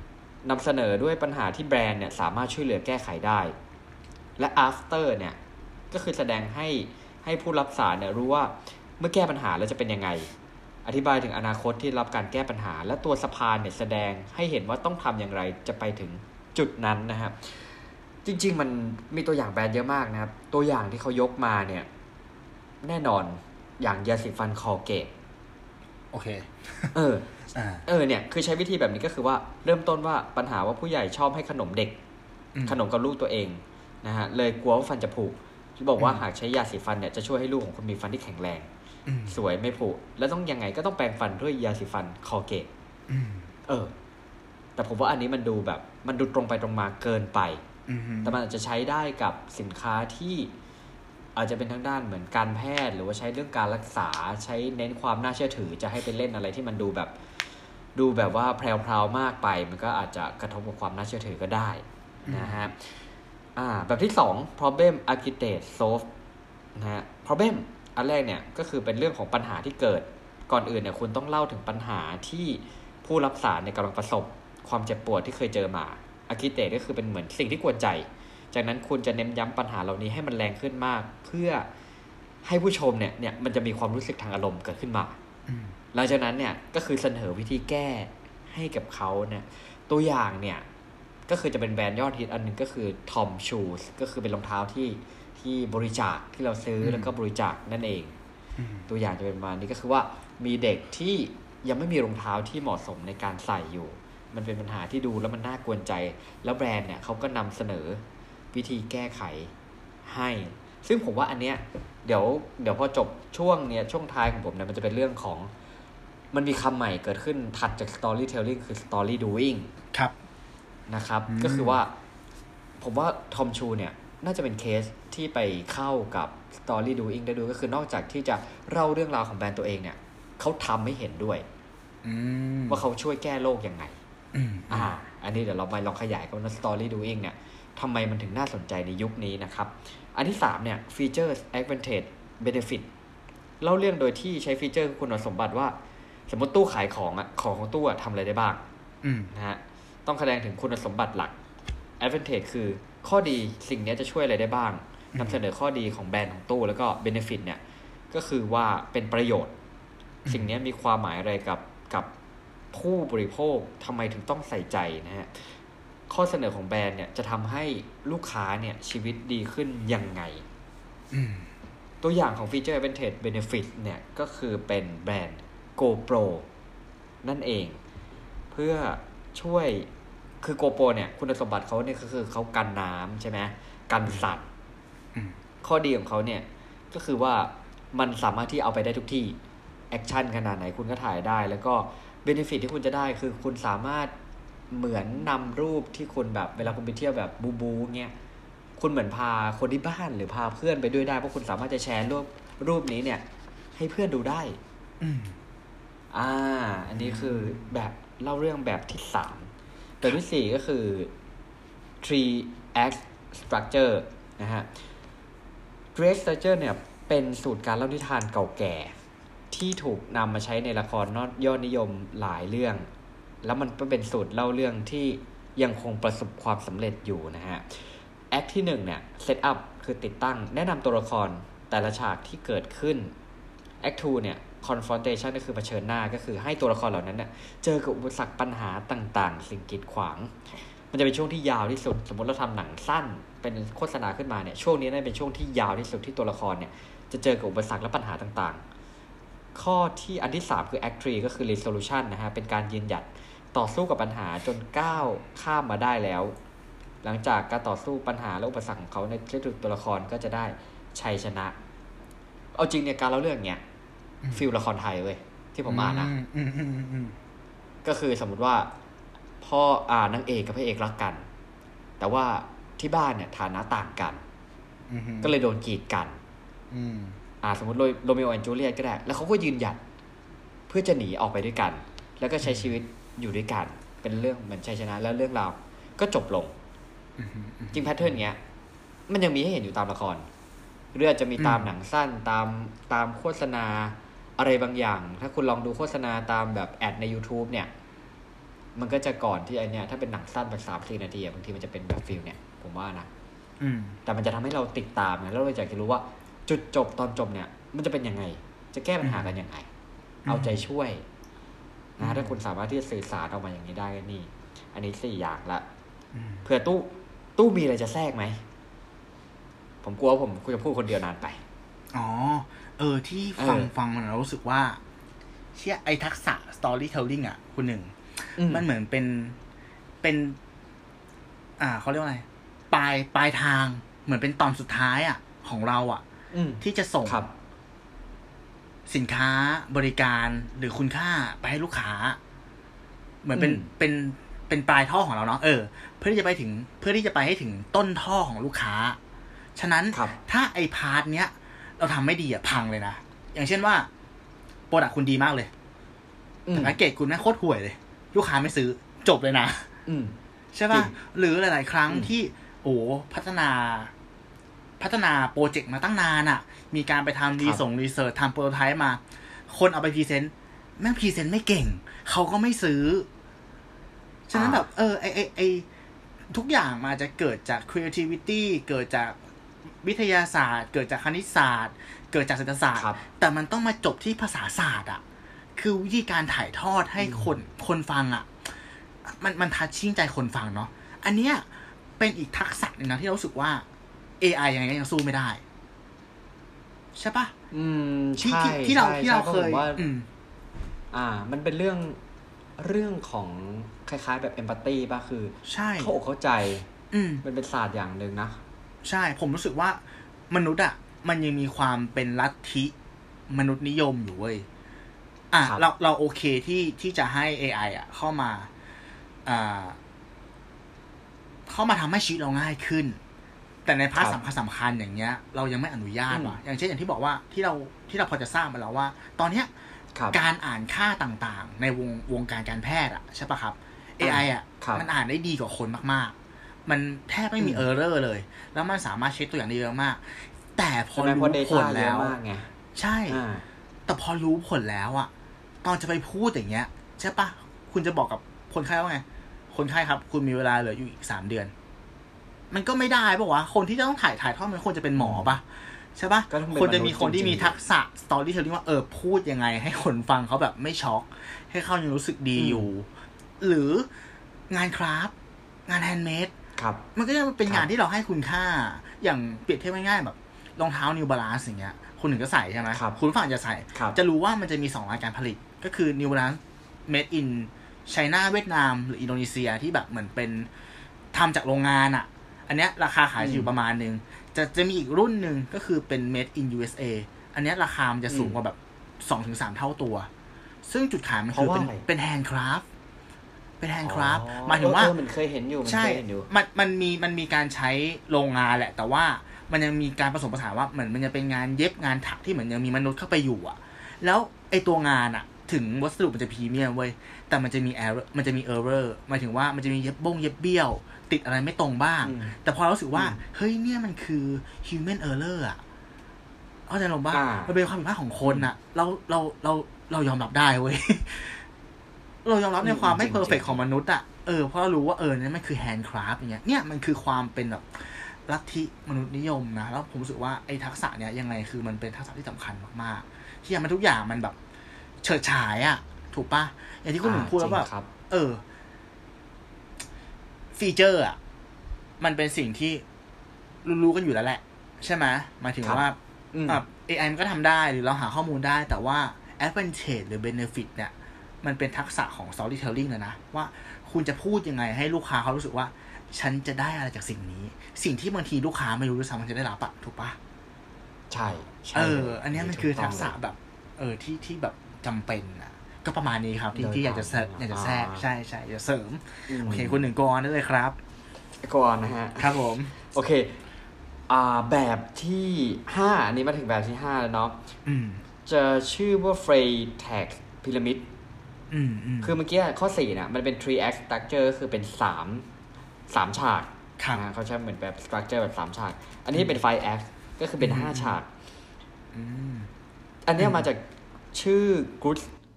นำเสนอด้วยปัญหาที่แบรนด์เนี่ยสามารถช่วยเหลือแก้ไขได้และ after เนี่ยก็คือแสดงให้ให้ผู้รับสารเนี่ยรู้ว่าเมื่อแก้ปัญหาแล้วจะเป็นยังไงอธิบายถึงอนาคตที่รับการแก้ปัญหาและตัวสะพานเนี่ยแสดงให้เห็นว่าต้องทำอย่างไรจะไปถึงจุดนั้นนะครับจริงๆมันมีตัวอย่างแบรนด์เยอะมากนะครับตัวอย่างที่เขายกมาเนี่ยแน่นอนอย่างยาสีฟันคอเกตโอเคเออเออเนี่ยคือใช้วิธีแบบนี้ก็คือว่าเริ่มต้นว่าปัญหาว่าผู้ใหญ่ชอบให้ขนมเด็กขนมกับลูกตัวเองนะฮะเลยกลัวว่าฟันจะผุที่บอกว่าหากใช้ยาสีฟันเนี่ยจะช่วยให้ลูกของคุณมีฟันที่แข็งแรงสวยไม่ผุแล้วต้องยังไงก็ต้องแปรงฟันด้วยยาสีฟันคอเกตเออแต่ผมว่าอันนี้มันดูแบบมันดูตรงไปตรงมาเกินไปแต่มันอาจจะใช้ได้กับสินค้าที่อาจจะเป็นทางด้านเหมือนการแพทย์หรือว่าใช้เรื่องการรักษาใช้เน้นความน่าเชื่อถือจะให้ไปเล่นอะไรที่มันดูแบบดูแบบว่าแพรวๆมากไปมันก็อาจจะกระทบกับความน่าเชื่อถือก็ได้นะฮะอ่าแบบที่สอง problem architect solve นะฮะ problem อันแรกเนี่ยก็คือเป็นเรื่องของปัญหาที่เกิดก่อนอื่นเนี่ยคุณต้องเล่าถึงปัญหาที่ผู้รับสารเนี่ยกำลังประสบความเจ็บปวดที่เคยเจอมา architect ก็คือเป็นเหมือนสิ่งที่กวนใจจากนั้นคุณจะเน้นย้ำปัญหาเหล่านี้ให้มันแรงขึ้นมากเพื่อให้ผู้ชมเนี่ยเนี่ยมันจะมีความรู้สึกทางอารมณ์เกิดขึ้นมาหลังจากนั้นเนี่ยก็คือเสนอวิธีแก้ให้กับเขาเนี่ยตัวอย่างเนี่ยก็คือจะเป็นแบรนด์ยอดฮิตอันนึงก็คือ Tom Shoes ก็คือเป็นรองเท้าที่ที่บริจาคที่เราซื้อแล้วก็บริจาคนั่นเองตัวอย่างจะเป็นประมาณนี้ก็คือว่ามีเด็กที่ยังไม่มีรองเท้าที่เหมาะสมในการใส่อยู่มันเป็นปัญหาที่ดูแล้วมันน่ากวนใจแล้วแบรนด์เนี่ยเขาก็นำเสนอวิธีแก้ไขให้ซึ่งผมว่าอันเนี้ยเดี๋ยวเดี๋ยวพอจบช่วงเนี้ยช่วงท้ายของผมเนี่ยมันจะเป็นเรื่องของมันมีคำใหม่เกิดขึ้นถัดจาก storytelling คือ story doing ครับนะครับก็คือว่าผมว่าทอมชูเนี่ยน่าจะเป็นเคสที่ไปเข้ากับ story doing ได้ด้วยก็คือนอกจากที่จะเล่าเรื่องราวของแบรนด์ตัวเองเนี่ยเขาทำให้เห็นด้วยว่าเขาช่วยแก้โลกยังไงอ่าอันนี้เดี๋ยวเราไปลองขยายกันว่า story doing เนี่ยทำไมมันถึงน่าสนใจในยุคนี้นะครับอันที่สามเนี่ย features advantage benefit เล่าเรื่องโดยที่ใช้ฟีเจอร์คุณสมบัติว่าสมมติตู้ขายของอ่ะของของตู้อ่ะทำอะไรได้บ้างนะฮะต้องแสดงถึงคุณสมบัติหลัก advantage คือข้อดีสิ่งนี้จะช่วยอะไรได้บ้างนำเสนอข้อดีของแบรนด์ของตู้แล้วก็ benefit เนี่ยก็คือว่าเป็นประโยชน์สิ่งนี้มีความหมายอะไรกับกับผู้บริโภคทำไมถึงต้องใส่ใจนะฮะข้อเสนอของแบรนด์เนี่ยจะทำให้ลูกค้าเนี่ยชีวิตดีขึ้นยังไงตัวอย่างของฟีเจอร์ Advantage Benefit เนี่ยก็คือเป็นแบรนด์ GoPro นั่นเองเพื่อช่วยคือ GoPro เนี่ยคุณสมบัติเขาเนี่ยก็คือเขากันน้ำใช่ไหมกันสั่นข้อดีของเขาเนี่ยก็คือว่ามันสามารถที่เอาไปได้ทุกที่แอคชั่นขนาดไหนคุณก็ถ่ายได้แล้วก็ Benefit ที่คุณจะได้คือคุณสามารถเหมือนนำรูปที่คุณแบบเวลาคุณไปเที่ยวแบบบูบูเงี้ยคุณเหมือนพาคนที่บ้านหรือพาเพื่อนไปด้วยได้เพราะคุณสามารถจะแชร์รูปรูปนี้เนี่ยให้เพื่อนดูได้อ่าอันนี้คือแบบเล่าเรื่องแบบที่สามแบบที่สี่ก็คือ three act structure นะฮะ three act structure เนี่ยเป็นสูตรการเล่านิทานเก่าแก่ที่ถูกนำมาใช้ในละครยอดนิยมหลายเรื่องแล้วมันก็เป็นสูตรเล่าเรื่องที่ยังคงประสบความสำเร็จอยู่นะฮะแอคที่หนึ่งเนี่ยเซตอัพคือติดตั้งแนะนำตัวละครแต่ละฉากที่เกิดขึ้นแอคสองเนี่ยคอนฟรอนเทชันก็คือเผชิญหน้าก็คือให้ตัวละครเหล่านั้นเนี่ยเจอกับอุปสรรคปัญหาต่างๆสิ่งกีดขวางมันจะเป็นช่วงที่ยาวที่สุดสมมติเราทำหนังสั้นเป็นโฆษณาขึ้นมาเนี่ยช่วงนี้น่าจะเป็นช่วงที่ยาวที่สุดที่ตัวละครเนี่ยจะเจอกับอุปสรรคและปัญหาต่างๆข้อที่อันที่สามคือแอคสามก็คือ resolution นะฮะเป็นการยืนหยัดต่อสู้กับปัญหาจนก้าวข้ามมาได้แล้วหลังจากการต่อสู้ปัญหาและอุปสรรคของเขาในที่สุดตัวละครก็จะได้ชัยชนะเอาจริงเนี่ยการเล่าเรื่องเนี้ยฟีลละครไทยเว้ยที่ผมอ่านนะก็คือสมมุติว่าพ่ออ่านางเอกกับพระเอกรักกันแต่ว่าที่บ้านเนี่ยฐานะต่างกันก็เลยโดนกีดกันอ่าสมมติโรมิโอแอนด์จูเลียตก็ได้แล้วเขาก็ยืนหยัดเพื่อจะหนีออกไปด้วยกันแล้วก็ใช้ชีวิตอยู่ด้วยกันเป็นเรื่องเหมือนชัยชนะแล้วเรื่องราวก็จบลงจริงแพทเทิร์นเงี้ยมันยังมีให้เห็นอยู่ตามละครเรื่องจะมีตามหนังสั้นตามตามโฆษณาอะไรบางอย่างถ้าคุณลองดูโฆษณาตามแบบแอดใน YouTube เนี่ยมันก็จะก่อนที่ไอเนี้ยถ้าเป็นหนังสั้นแบบสามสี่นาทีบางทีมันจะเป็นแบบฟิลเนี่ยผมว่านะแต่มันจะทำให้เราติดตามนะแล้วเราอยากจะรู้ว่าจุดจบตอนจบเนี่ยมันจะเป็นยังไงจะแก้ปัญหากันยังไงเอาใจช่วยนะถ้าคุณสามารถที่จะสื่อสารออกมาอย่างนี้ได้ก็นี่อันนี้สี่อย่างละเผื่อตู้ตู้มีอะไรจะแทรกไหมผมกลัวผมคุณจะพูดคนเดียวนานไปอ๋อเออที่ฟังฟังมันรู้สึกว่าเชื่อไอทักษะ storytelling อ่ะคุณหนึ่งมันเหมือนเป็นเป็นอ่าเขาเรียกว่าอะไรปลายปลายทางเหมือนเป็นตอนสุดท้ายอ่ะของเราอ่ะที่จะส่งสินค้าบริการหรือคุณค่าไปให้ลูกค้าเหมือนเป็นเป็นเป็นปลายท่อของเราเนาะเออเพื่อที่จะไปถึงเพื่อที่จะไปให้ถึงต้นท่อของลูกค้าฉะนั้นถ้าไอพาร์ทเนี้ยเราทำไม่ดีอ่ะพังเลยนะอย่างเช่นว่าโปรดักต์คุณดีมากเลยแต่แพ็กเกจคุณแม่งโคตรห่วยเลยลูกค้าไม่ซื้อจบเลยนะใช่ป่ะหรือหลายๆครั้งที่โอ้พัฒนาพัฒนาโปรเจกต์มาตั้งนานอ่ะมีการไปทำรีส่งรีเสิร์ชทำโปรโตไทป์มาคนเอาไปพรีเซนต์แม่งพรีเซนต์ไม่เก่งเขาก็ไม่ซื้อฉะนั้นแบบเออไอไอไอทุกอย่างมาจะเกิดจาก creativity เกิดจากวิทยาศาสตร์เกิดจากคณิตศาสตร์เกิดจากเศรษฐศาสตร์แต่มันต้องมาจบที่ภาษาศาสตร์อ่ะคือวิธีการถ่ายทอดให้คนคนฟังอ่ะมันมันทัชชิ่งใจคนฟังเนาะอันเนี้ยเป็นอีกทักษะหนึ่งนะที่เรารู้สึกว่า เอ ไอ ยังไงก็ยังสู้ไม่ได้ใช่ปะอืมใช่ที่เราที่เราเคยอืมอ่ามันเป็นเรื่องเรื่องของคล้ายๆแบบเอมพัตตีป่ะคือใช่เข้าอกเข้าใจอืมมันเป็นศาสตร์อย่างนึงนะใช่ผมรู้สึกว่ามนุษย์อ่ะมันยังมีความเป็นลัทธิมนุษย์นิยมอยู่เว้ยอ่ะเราเราโอเคที่ที่จะให้ เอ ไอ อ่ะเข้ามาอ่าเข้ามาทำให้ชีวิตเราง่ายขึ้นแต่ในพาร์ทสำคัญสำคัญอย่างเงี้ยเรายังไม่อนุญาตว่ะอย่างเช่นอย่างที่บอกว่าที่เราที่เราพอจะทราบมาแล้วว่าตอนเนี้ยการอ่านค่าต่างๆในวงวงการการแพทย์อ่ะใช่ปะครับ เอ ไอ อ่ะมันอ่านได้ดีกว่าคนมากๆมันแทบไม่มีเออร์เรอร์เลยแล้วมันสามารถเช็คตัวอย่างได้เยอะมากแต่พอรู้ผลแล้วใช่แต่พอรู้ผลแล้วอ่ะตอนจะไปพูดอย่างเงี้ยใช่ปะคุณจะบอกกับคนไข้ว่าไงคนไข้ครับคุณมีเวลาเหลืออยู่อีกสามเดือนมันก็ไม่ได้ป่ะวะคนที่จะต้องถ่ายถ่ายทอดมันควรจะเป็นหมอป่ะใช่ป่ะคนจะมีคนที่มีทักษะ storytelling ว่าเออพูดยังไงให้คนฟังเขาแบบไม่ช็อกให้เขายังรู้สึกดีอยู่หรืองานคราฟต์งานแฮนด์เมดมันก็จะเป็นงานที่เราให้คุณค่าอย่างเปรียบเทียบง่ายๆแบบรองเท้า New Balance อย่างเงี้ยคุณถึงก็ใส่ใช่ไหมคุณฝั่งจะใส่จะรู้ว่ามันจะมีสองรายการผลิตก็คือ New Balance made in China เวียดนามหรืออินโดนีเซียที่แบบเหมือนเป็นทำจากโรงงานอ่ะอันเนี้ยราคาขายอยู่ประมาณนึงจะจะมีอีกรุ่นนึงก็คือเป็น made in ยู เอส เอ อันเนี้ยราคามันจะสูงกว่าแบบ สองถึงสาม เท่าตัวซึ่งจุดขายมันคือเป็นเป็นแฮนด์คราฟต์เป็นแฮนด์คราฟต์หมายถึงว่ามันเคยเห็นอยู่มันเคยเห็นอยู่มันมันมีมันมีการใช้โรงงานแหละแต่ว่ามันยังมีการผสมผสานว่าเหมือนมันจะเป็นงานเย็บงานถักที่เหมือนยังมีมนุษย์เข้าไปอยู่อ่ะแล้วไอตัวงานอ่ะถึงวัสดุมันจะพรีเมียมเว้ยแต่มันจะมี error มันจะมี error หมายถึงว่ามันจะมีเย็บบ้งเย็บเบี้ยวติดอะไรไม่ตรงบ้างแต่พอเรารู้สึกว่าเฮ้ยเนี่ยมันคือ human error อ่ะเข้าใจลงบ้างมันเป็นความผิดพลาดของคนอ่ะเราเราเราเรายอมรับได้เว้ยเรายอมรับในความไม่เพอร์เฟคของมนุษย์อ่ะเออเพราะเรารู้ว่าเออเนี่ยมันคือ handcraft อย่างเงี้ยเนี่ยมันคือความเป็นแบบลัทธิมนุษย์นิยมนะแล้วผมรู้สึกว่าไอ้ทักษะเนี้ยยังไงคือมันเป็นทักษะที่สำคัญมากๆที่ทำให้ทุกอย่างมันแบบเฉิดฉายอ่ะถูกป่ะอย่างที่คุณหนุ่มพูดแล้วแบบเออฟีเจอร์อ่ะมันเป็นสิ่งที่รู้ๆกันอยู่แล้วแหละใช่ไหมหมายถึงว่าอ่ะ เอ ไอ มันก็ทำได้หรือเราหาข้อมูลได้แต่ว่า advantage หรือ benefit เนี่ยมันเป็นทักษะของ storytelling เลยนะว่าคุณจะพูดยังไงให้ลูกค้าเขารู้สึกว่าฉันจะได้อะไรจากสิ่งนี้สิ่งที่บางทีลูกค้าไม่รู้ด้วยซ้ำมันจะได้รับอะถูกป่ะใช่เอออันนี้มันคือทักษะแบบเออที่ที่แบบจำเป็นอ่ะก็ประมาณนี้ครับที่ที่อยากจะอยากจะแทรกใช่ใช่อยากเสริมโอเคคุณหนึ่งกรได้เลยครับกรนะฮะครับผมโอเคอ่าแบบที่ห้าอันนี้มาถึงแบบที่ห้าแล้วเนาะจะชื่อว่า Freytag Pyramid คือเมื่อกี้ข้อสี่เนี่ยมันเป็น three act structure คือเป็นสาม สามฉากนะเขาใช้เหมือนแบบ structure แบบสามฉากอันนี้เป็น five act ก็คือเป็นห้าฉากอันนี้มาจากชื่อ Good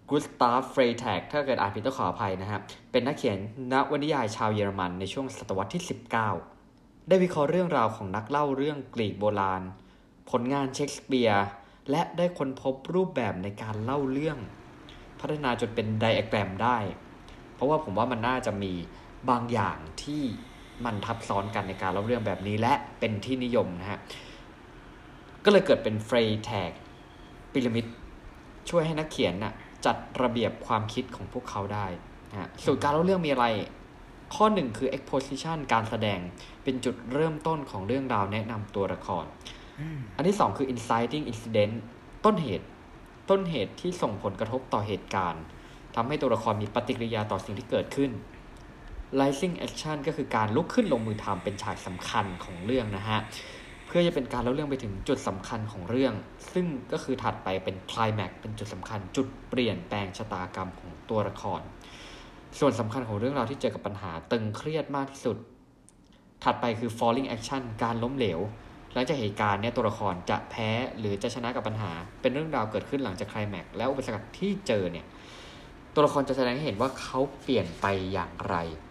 กุสตาฟ เฟรย์แท็กถ้าเกิดอ่านผิดต้องขออภัยนะครับเป็นนักเขียนนวนิยายชาวเยอรมันในช่วงศตวรรษที่สิบเก้าได้วิเคราะห์เรื่องราวของนักเล่าเรื่องกรีกโบราณผลงานเชคสเปียร์และได้ค้นพบรูปแบบในการเล่าเรื่องพัฒนาจนเป็นไดอะแกรมได้เพราะว่าผมว่ามันน่าจะมีบางอย่างที่มันทับซ้อนกันในการเล่าเรื่องแบบนี้และเป็นที่นิยมนะฮะก็เลยเกิดเป็นเฟรย์แท็กพีระมิดช่วยให้นักเขียนน่ะจัดระเบียบความคิดของพวกเขาได้นะฮะส่วนการเล่าเรื่องมีอะไรข้อหนึ่งคือ exposition การแสดงเป็นจุดเริ่มต้นของเรื่องราวแนะนำตัวละครอันที่สองคือ inciting incident ต้นเหตุต้นเหตุที่ส่งผลกระทบต่อเหตุการณ์ทำให้ตัวละครมีปฏิกิริยาต่อสิ่งที่เกิดขึ้น rising action ก็คือการลุกขึ้นลงมือทำเป็นฉากสำคัญของเรื่องนะฮะเพื่อจะเป็นการเล่าเรื่องไปถึงจุดสำคัญของเรื่องซึ่งก็คือถัดไปเป็น climax เป็นจุดสำคัญจุดเปลี่ยนแปลงชะตากรรมของตัวละครส่วนสำคัญของเรื่องราวที่เจอกับปัญหาตึงเครียดมากที่สุดถัดไปคือ falling action การล้มเหลวหลังจากเหตุการณ์เนี่ยตัวละครจะแพ้หรือจะชนะกับปัญหาเป็นเรื่องราวเกิดขึ้นหลังจาก climax แล้วอุปสรรคที่เจอเนี่ยตัวละครจะแสดงให้เห็นว่าเขาเปลี่ยนไปอย่างไร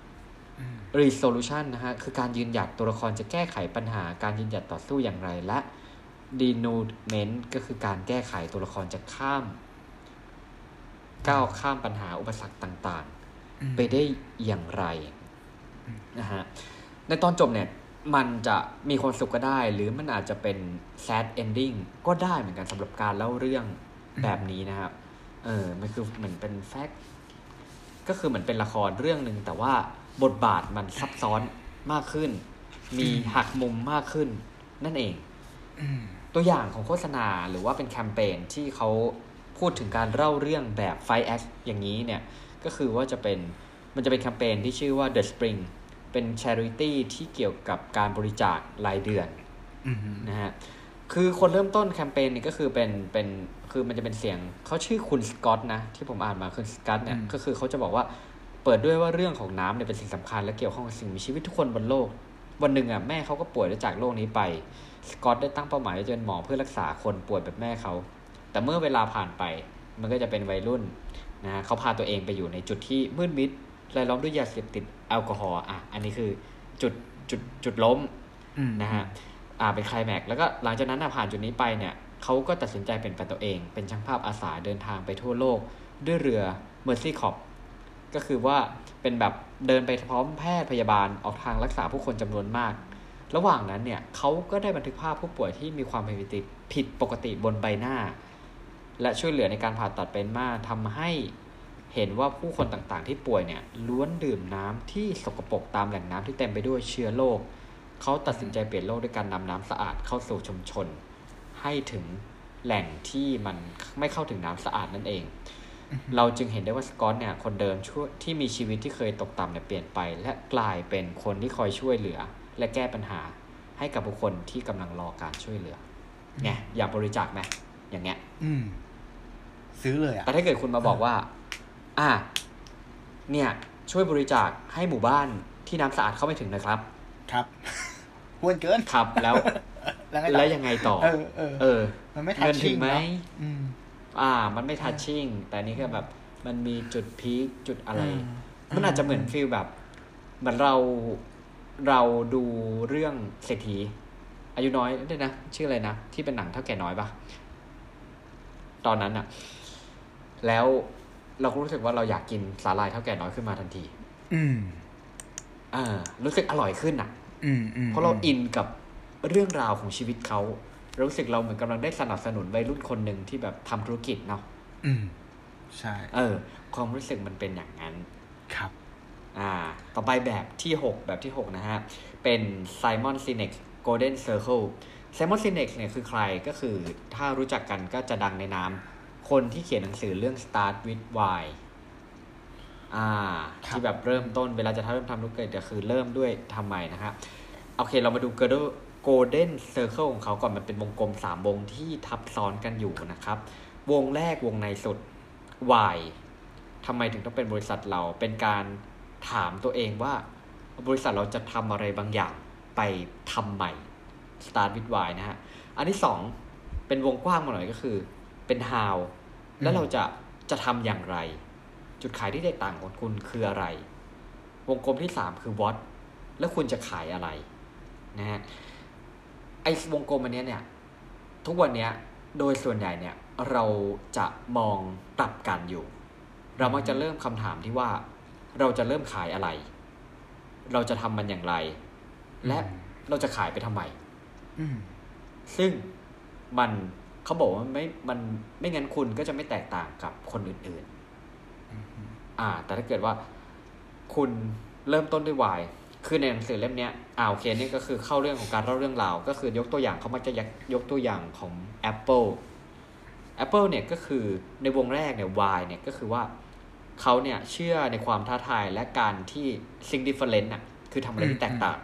resolution นะฮะคือการยืนหยัดตัวละครจะแก้ไขปัญหาการยืนหยัดต่อสู้อย่างไรและ denouement ก็คือการแก้ไขตัวละครจะข้ามก้าวข้ามปัญหาอุปสรรคต่างๆไปได้อย่างไรนะฮะในตอนจบเนี่ยมันจะมีความสุขก็ได้หรือมันอาจจะเป็น sad ending ก็ได้เหมือนกันสำหรับการเล่าเรื่องแบบนี้นะครับเออมันคือเหมือนเป็นแฟกต์ก็คือเหมือนเป็นละครเรื่องนึงแต่ว่าบทบาทมันซับซ้อนมากขึ้นมีหักมุมมากขึ้นนั่นเองตัวอย่างของโฆษณาหรือว่าเป็นแคมเปญที่เขาพูดถึงการเล่าเรื่องแบบ ไฟว์ แอค อย่างนี้เนี่ยก็คือว่าจะเป็นมันจะเป็นแคมเปญที่ชื่อว่า The Spring เป็น charity ที่เกี่ยวกับการบริจาครายเดือนนะฮะคือคนเริ่มต้นแคมเปญนี่ก็คือเป็นเป็นคือมันจะเป็นเสียงเขาชื่อคุณสกอตนะที่ผมอ่านมาคุณสกอตเนี่ยก็คือเขาจะบอกว่าเปิดด้วยว่าเรื่องของน้ำเนี่ยเป็นสิ่งสำคัญและเกี่ยวข้องกับสิ่งมีชีวิตทุกคนบนโลกวันหนึ่งอ่ะแม่เขาก็ป่วยแล้วจากโลกนี้ไปสกอตได้ตั้งเป้าหมายจะเป็นหมอเพื่อรักษาคนป่วยแบบแม่เขาแต่เมื่อเวลาผ่านไปมันก็จะเป็นวัยรุ่นนะฮะเขาพาตัวเองไปอยู่ในจุดที่มืดมิดรายล้อมด้วยยาเสพติดแอลกอฮอล์อ่ะอันนี้คือจุดจุดจุดล้มนะฮะอ่าเป็นไคลแม็กซ์แล้วก็หลังจากนั้นผ่านจุดนี้ไปเนี่ยเขาก็ตัดสินใจเป็นแปลตัวเองเป็นช่างภาพอาสาเดินทางไปทั่วโลกด้วยเรือ Mercy Corpsก็คือว่าเป็นแบบเดินไปพร้อมแพทย์พยาบาลออกทางรักษาผู้คนจำนวนมากระหว่างนั้นเนี่ยเขาก็ได้บันทึกภาพผู้ป่วยที่มีความผิดปกติผิดปกติบนใบหน้าและช่วยเหลือในการผ่าตัดเป็นมาทำให้เห็นว่าผู้คนต่างๆที่ป่วยเนี่ยล้วนดื่มน้ำที่สกปรกตามแหล่งน้ำที่เต็มไปด้วยเชื้อโรคเขาตัดสินใจเปลี่ยนโลกด้วยการนำน้ำสะอาดเข้าสู่ชุมชนให้ถึงแหล่งที่มันไม่เข้าถึงน้ำสะอาดนั่นเองเราจึงเห็นได้ว่าสกอตเนี่ยคนเดิมช่วยที่มีชีวิตที่เคยตกต่ำเนี่ยเปลี่ยนไปและกลายเป็นคนที่คอยช่วยเหลือและแก้ปัญหาให้กับบุคคลที่กำลังรอการช่วยเหลือไงอยากบริจาคไหมอย่างเงี้ยซื้อเลยอ่ะแต่ถ้าเกิดคุณมาบอกว่าอ่ะเนี่ยช่วยบริจาคให้หมู่บ้านที่น้ำสะอาดเข้าไม่ถึงนะครับครับควรเกินครับแล้วแล้วยังไงต่อเออเออเออมันไม่ทัชชิ่งไหมอ่ามันไม่ทัชชิ่งแต่นี่ก็แบบมันมีจุดพีคจุดอะไรมันอาจจะเหมือนฟีลแบบเหมือนเราเราดูเรื่องเศรษฐีอายุน้อยด้วยนะชื่ออะไรนะที่เป็นหนังเท่าแก่น้อยปะตอนนั้นอะแล้วเราก็รู้สึกว่าเราอยากกินสาหร่ายเท่าแก่น้อยขึ้นมาทันทีอืมอ่ารู้สึกอร่อยขึ้นอ่ะอืมอืมเพราะเราอินกับเรื่องราวของชีวิตเขารู้สึกเราเหมือนกำลังได้สนับสนุนวัยรุ่นคนหนึ่งที่แบบทำธุรกิจเนาะอืมใช่เออความรู้สึกมันเป็นอย่างนั้นครับอ่าต่อไปแบบที่หกแบบที่หกนะฮะเป็น Simon Sinek Golden Circle Simon Sinek เนี่ยคือใครก็คือถ้ารู้จักกันก็จะดังในนามคนที่เขียนหนังสือเรื่อง Start with Why อ่าที่แบบเริ่มต้นเวลาจะเริ่มทำธุรกิจก็คือเริ่มด้วยทำไมนะฮะโอเคเรามาดู Golden Circle ของเขาก่อนมันเป็นวงกลมสามวงที่ทับซ้อนกันอยู่นะครับวงแรกวงในสุด Why ทำไมถึงต้องเป็นบริษัทเราเป็นการถามตัวเองว่าบริษัทเราจะทำอะไรบางอย่างไปทำใหม่ Start with Why นะฮะอันที่สองเป็นวงกว้างมาหน่อยก็คือเป็น How แล้วเราจะจะทำอย่างไรจุดขายที่แตกต่างของคุณคืออะไรวงกลมที่สามคือ what แล้วคุณจะขายอะไรนะฮะไอ้วงกลมอันนี้เนี่ยทุกวันนี้โดยส่วนใหญ่เนี่ยเราจะมองกลับกันอยู่เรามักจะเริ่มคำถามที่ว่าเราจะเริ่มขายอะไรเราจะทำมันอย่างไรและเราจะขายไปทำไมซึ่งมันเขาบอกว่าไม่มันไม่งั้นคุณก็จะไม่แตกต่างกับคนอื่นๆอ่าแต่ถ้าเกิดว่าคุณเริ่มต้นด้วย why คือในหนังสือเล่มนี้อ่าโอเคนี่ก็คือเข้าเรื่องของการเล่าเรื่องราวก็คือยกตัวอย่างเขามักจะยกตัวอย่างของ Apple Apple เนี่ยก็คือในวงแรกเนี่ย why เนี่ยก็คือว่าเขาเนี่ยเชื่อในความท้าทายและการที่ think different น่ะคือทำอะไรที่แตกต่าง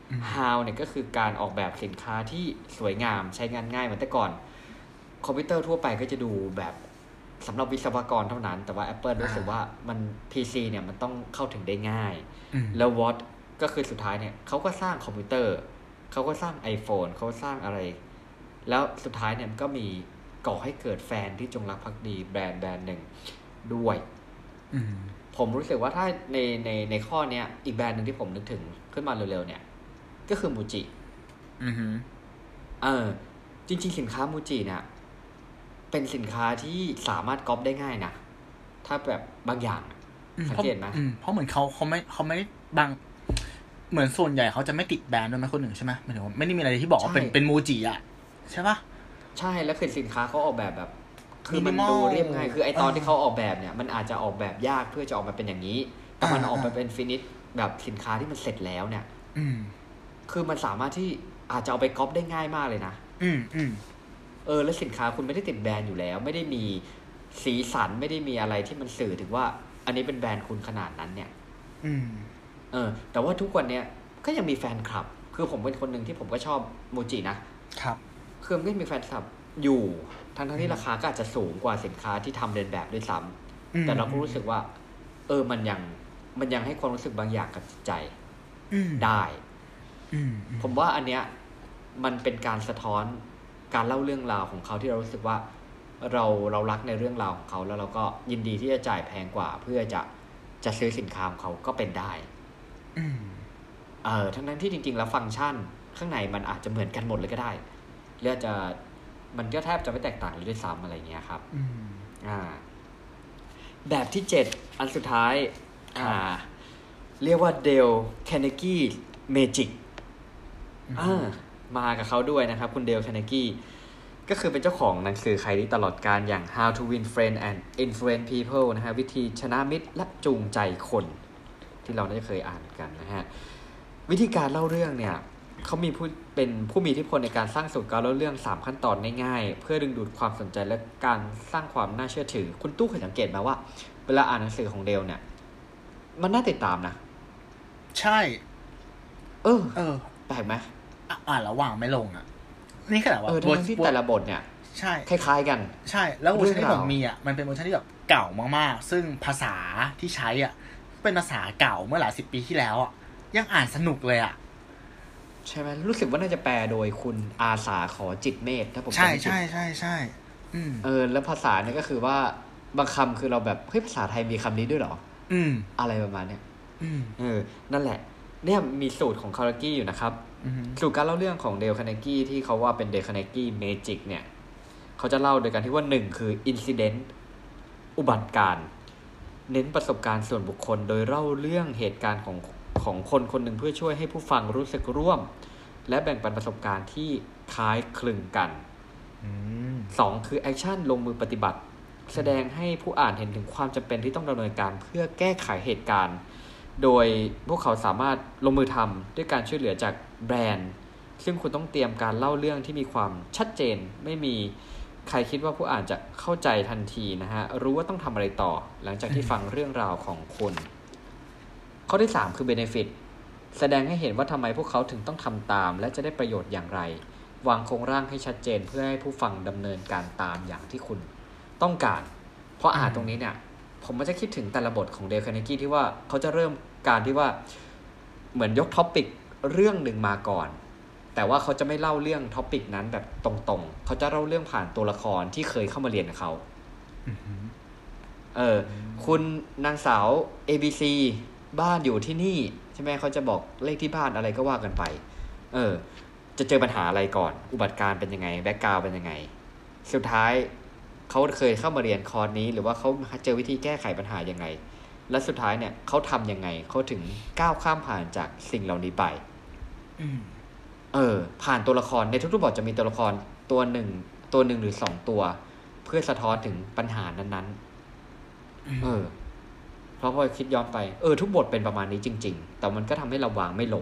how เนี่ยก็คือการออกแบบสินค้าที่สวยงามใช้งานง่ายเหมือนแต่ก่อนคอมพิวเตอร์ทั่วไปก็จะดูแบบสำหรับวิศวกรเท่านั้นแต่ว่า Apple รู้สึกว่ามัน พี ซี เนี่ยมันต้องเข้าถึงได้ง่ายแล้ว what ก็คือสุดท้ายเนี่ยเขาก็สร้างคอมพิวเตอร์เขาก็สร้าง iPhone เขาสร้างอะไรแล้วสุดท้ายเนี่ยมันก็มีก่อให้เกิดแฟนที่จงรักภักดีแบรนด์แบรนด์หนึ่งด้วยผมรู้สึกว่าถ้าในในในข้อเนี้ยอีกแบรนด์หนึ่งที่ผมนึกถึงขึ้นมาเร็วๆเนี่ยก็คือมูจิอือฮึเออจริงๆสินค้ามูจิเนี่ยเป็นสินค้าที่สามารถก๊อปได้ง่ายนะถ้าแบบบางอย่างสังเกตไหมเพราะเหมือนเขาเขาไม่เขาไม่บางเหมือนส่วนใหญ่เขาจะไม่ติดแบรนด์ด้วยไหมคนหนึ่งใช่ไหมหมายถึงว่าไม่ได้มีอะไรที่บอกว่าเป็นเป็นมูจิอ่ะใช่ปะใช่แล้วคือสินค้าเขาออกแบบแบบคือมันดูเรียบง่ายคือไอตอนที่เขาออกแบบเนี่ยมันอาจจะออกแบบยากเพื่อจะออกมาเป็นอย่างนี้แต่มันออกมาเป็นฟินิชแบบสินค้าที่มันเสร็จแล้วเนี่ยคือมันสามารถที่อาจจะเอาไปก๊อปได้ง่ายมากเลยนะอืมอืมเออแล้วสินค้าคุณไม่ได้ติดแบรนด์อยู่แล้วไม่ได้มีสีสันไม่ได้มีอะไรที่มันสื่อถึงว่าอันนี้เป็นแบรนด์คุณขนาดนั้นเนี่ยอืมเออแต่ว่าทุกวันเนี้ยก็ยังมีแฟนคลับคือผมเป็นคนหนึ่งที่ผมก็ชอบมูจินะครับคือมันก็มีแฟนคลับอยู่ทั้งทั้งที่ราคาก็อาจจะสูงกว่าสินค้าที่ทำเลียนแบบด้วยซ้ำแต่เราก็รู้สึกว่าเออมันยังมันยังให้ความรู้สึกบางอย่างกับจิตใจได้ผมว่าอันเนี้ยมันเป็นการสะท้อนการเล่าเรื่องราวของเขาที่เรารู้สึกว่าเราเรารักในเรื่องราวของเขาแล้วเราก็ยินดีที่จะจ่ายแพงกว่าเพื่อจะจะซื้อสินค้าของเขาก็เป็นได้เออทั้งนั้นที่จริงๆแล้วฟังก์ชันข้างในมันอาจจะเหมือนกันหมดเลยก็ได้หรือจะมันก็แทบจะไม่แตกต่างเลยด้วยซ้ำอะไรเงี้ยครับอ่าแบบที่เจ็ดอันสุดท้ายอ่าเรียกว่า Dale Carnegie Magic อ่ามากับเขาด้วยนะครับคุณ Dale Carnegie ก็คือเป็นเจ้าของหนังสือขายดีตลอดกาลอย่าง How to Win Friends and Influence People นะฮะวิธีชนะมิตรและจูงใจคนที่เราได้เคยอ่านกันนะฮะวิธีการเล่าเรื่องเนี่ยเขามีผู้เป็นผู้มีอิทธิพลในการสร้างสูตรการเล่าเรื่องสามขั้นตอนง่ายๆเพื่อดึงดูดความสนใจและการสร้างความน่าเชื่อถือคุณตู้เคยสังเกตไหมว่าเวลาอ่านหนังสือของเดลเนี่ยมันน่าติดตามนะใช่เออเออแปลกไหมอ่านแล้ววางไม่ลงอ่ะนี่ขนาดว่าเออทั้งที่แต่ละบทเนี่ยใช่คล้ายๆกันใช่แล้วเวอร์ชันที่ผมมีอ่ะมันเป็นเวอร์ชันที่แบบเก่ามากๆซึ่งภาษาที่ใช้อ่ะเป็นภาษาเก่าเมื่อหลายสิบปีที่แล้วอ่ะยังอ่านสนุกเลยอ่ะใช่ไหมรู้สึกว่าน่าจะแปลโดยคุณอาสาขอจิตเมธถ้าผมจำไม่ผิดใช่ใช่ใช่อืมเออแล้วภาษาเนี่ยก็คือว่าบางคำคือเราแบบเฮ้ยภาษาไทยมีคำนี้ด้วยเหรออืมอะไรประมาณเนี้ยอืมเออนั่นแหละเนี่ยมีสูตรของคาร์เนกี้อยู่นะครับสูตรการเล่าเรื่องของเดลคาร์เนกี้ที่เขาว่าเป็นเดลคาร์เนกี้เมจิกเนี่ยเขาจะเล่าโดยการที่ว่าหนึ่งคืออินซิเดนต์อุบัติการเน้นประสบการณ์ส่วนบุคคลโดยเล่าเรื่องเหตุการณ์ของของคนคนหนึ่งเพื่อช่วยให้ผู้ฟังรู้สึกร่วมและแบ่งปันประสบการณ์ที่คล้ายคลึงกันสองคือแอคชั่นลงมือปฏิบัติแสดงให้ผู้อ่านเห็นถึงความจำเป็นที่ต้องดำเนินการเพื่อแก้ไขเหตุการณ์โดยพวกเขาสามารถลงมือทำด้วยการช่วยเหลือจากแบรนด์ซึ่งคุณต้องเตรียมการเล่าเรื่องที่มีความชัดเจนไม่มีใครคิดว่าผู้อ่านจะเข้าใจทันทีนะฮะรู้ว่าต้องทำอะไรต่อหลังจากที่ฟังเรื่องราวของคุณข้อที่สามคือ benefit แสดงให้เห็นว่าทำไมพวกเขาถึงต้องทำตามและจะได้ประโยชน์อย่างไรวางโครงร่างให้ชัดเจนเพื่อให้ผู้ฟังดำเนินการตามอย่างที่คุณต้องการเพราะอ่านตรงนี้เนี่ยผมมันจะคิดถึงแต่ละบทของเดลคาร์เนกี้ที่ว่าเขาจะเริ่มการที่ว่าเหมือนยกท็อปิกเรื่องหนึ่งมาก่อนแต่ว่าเขาจะไม่เล่าเรื่องท็อปิกนั้นแบบตรงๆเขาจะเล่าเรื่องผ่านตัวละครที่เคยเข้ามาเรียนกับเขาเออคุณนางสาว เอ บี ซี บ้านอยู่ที่นี่ใช่ไหมเขาจะบอกเลขที่บ้านอะไรก็ว่ากันไปเออจะเจอปัญหาอะไรก่อนอุบัติการเป็นยังไงแบ็กกราวด์เป็นยังไงสุดท้ายเขาเคยเข้ามาเรียนคอร์สนี้หรือว่าเขาเจอวิธีแก้ไขปัญหายังไงและสุดท้ายเนี่ยเขาทำยังไงเขาถึงก้าวข้ามผ่านจากสิ่งเหล่านี้ไปเออผ่านตัวละครในทุกๆบทจะมีตัวละครตัวหนึ่งตัวหนึ่งหรือสองตัวเพื่อสะท้อนถึงปัญหานั้นๆเออเพราะพอคิดย้อนไปเออทุกบทเป็นประมาณนี้จริงๆแต่มันก็ทำให้เราวางไม่ลง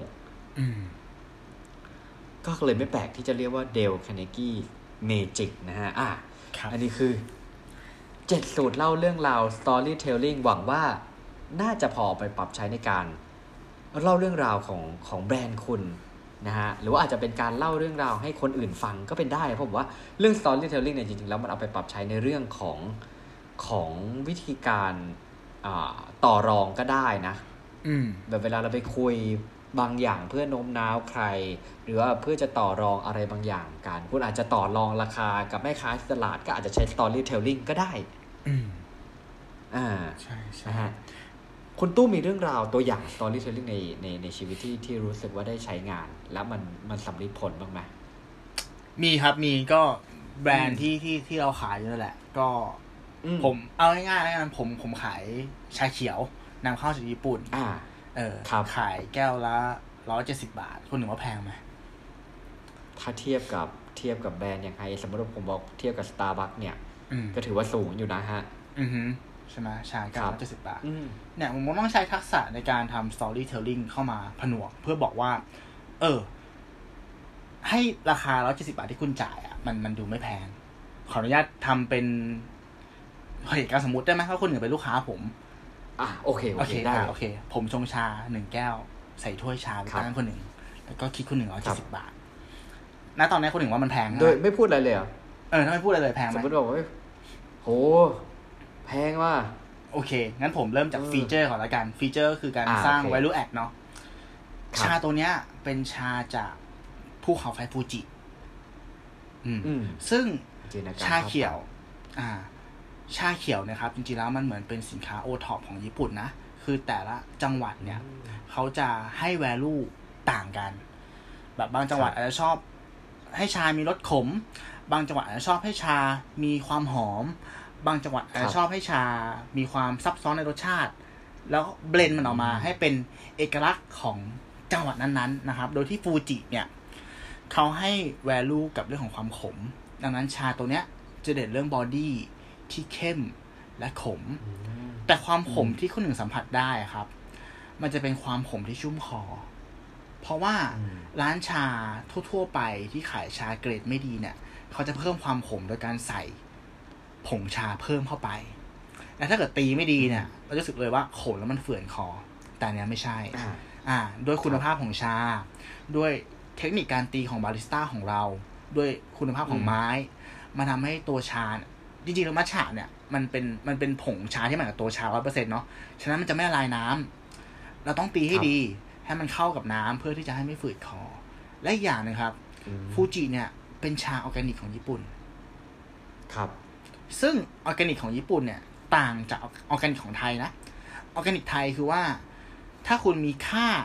ก็เลยไม่แปลกที่จะเรียกว่าเดลคาร์เนกี้เมจิกนะฮะอ่ะอันนี้คือเจ็ดสูตรเล่าเรื่องราว storytelling หวังว่าน่าจะพอไปปรับใช้ในการเล่าเรื่องราวของของแบรนด์คุณนะฮะหรือว่าอาจจะเป็นการเล่าเรื่องราวให้คนอื่นฟังก็เป็นได้เพราะผมว่าเรื่อง storytelling เนี่ยจริงๆแล้วมันเอาไปปรับใช้ในเรื่องของของวิธีการต่อรองก็ได้นะแบบเวลาเราไปคุยบางอย่างเพื่อโน้มน้าวใครหรือว่าเพื่อจะต่อรองอะไรบางอย่างกันคุณอาจจะต่อรองราคากับแม่ค้าที่ตลาดก็อาจจะใช้ storytelling ก็ได้อืมอ่าใช่ใช่ฮะคุณตู้มีเรื่องราวตัวอย่าง storytelling ในในในชีวิตที่ที่รู้สึกว่าได้ใช้งานแล้วมันมันสำเร็จผลบ้างไหมมีครับมีก็แบรนด์ที่ที่ที่เราขายอยู่นั่นแหละก็ผมเอาง่ายๆแล้วกันผมผมขายชาเขียวนำเข้าจากญี่ปุ่นอ่าเออขายแก้วละร้อยเจ็ดสิบบาทคนหนึ่งว่าแพงไหมถ้าเทียบกับเทียบกับแบรนด์อย่างไรสมมติว่าผมบอกเทียบกับ Starbucks เนี่ยก็ถือว่าสูงอยู่นะฮะอือฮึใช่ไหมชาแก้วละเจ็ดสิบบาทเนี่ยผมต้องใช้ทักษะในการทำ storytelling เข้ามาผนวกเพื่อบอกว่าเออให้ราคาร้อยเจ็ดสิบบาทที่คุณจ่ายอ่ะมันมันดูไม่แพงขออนุญาตทำเป็นเหตุการณ์สมมุติได้ไหมถ้าคนหนึ่งเป็นลูกค้าผมอ่ะโอเคโอเคได้โอเคผมชงชาหนึ่งแก้วใส่ถ้วยชาไปตั้งคนหนึ่งแล้วก็คิดคนหนึ่งร้อยเจ็ดสิบบาทณตอนนี้คนหนึ่งว่ามันแพงโดยไม่พูดอะไรเลยเหรอเออถ้าไม่พูดอะไรเลยแพงไหมสมมติบอกว่าโหแพงว่ะโอเคงั้นผมเริ่มจากฟีเจอร์ก่อนละกันฟีเจอร์คือการสร้าง value add เนาะชาตัวเนี้ยเป็นชาจากภูเขาไฟฟูจิอืมซึ่งชาเขียวอ่าชาเขียวนะครับจริงๆแล้วมันเหมือนเป็นสินค้าโอท็อปของญี่ปุ่นนะคือแต่ละจังหวัดเนี่ยเขาจะให้ value ต่างกันแบบบางจังหวัดอาจจะชอบให้ชามีรสขมบางจังหวัดอาจจะชอบให้ชามีความหอมบางจังหวัดอาจจะชอบให้ชามีความซับซ้อนในรสชาติแล้วเบลนด์มันออกมาให้เป็นเอกลักษณ์ของจังหวัดนั้นๆนะครับโดยที่ฟูจิเนี่ยเขาให้ value กับเรื่องของความขมดังนั้นชาตัวเนี้ยจะเด่นเรื่องบอดี้ที่เข้มและขมแต่ความขมที่คนหนึ่งสัมผัสได้ครับมันจะเป็นความขมที่ชุ่มคอเพราะว่าร้านชาทั่วๆไปที่ขายชาเกรดไม่ดีเนี่ยเขาจะเพิ่มความขมโดยการใส่ผงชาเพิ่มเข้าไปแต่ถ้าเกิดตีไม่ดีเนี่ยเราจะรู้สึกเลยว่าขมแล้วมันเฝื่อนคอแต่เนี้ยไม่ใช่อ่าด้วยคุณภาพของชาด้วยเทคนิคการตีของบาริสต้าของเราด้วยคุณภาพของไม้มันทำให้ตัวชาจริงๆแล้วมัทฉะเนี่ยมันเป็นมันเป็นผงชาที่เหมือนกับตัวชา ร้อยเปอร์เซ็นต์ เนาะฉะนั้นมันจะไม่ละลายน้ำเราต้องตีให้ดีให้มันเข้ากับน้ำเพื่อที่จะให้ไม่ฝืดคอและอีกอย่างนึงครับฟูจิเนี่ยเป็นชาออร์แกนิกของญี่ปุ่นครับซึ่งออร์แกนิกของญี่ปุ่นเนี่ยต่างจากออร์แกนิกของไทยนะออร์แกนิกไทยคือว่าถ้าคุณมีค่า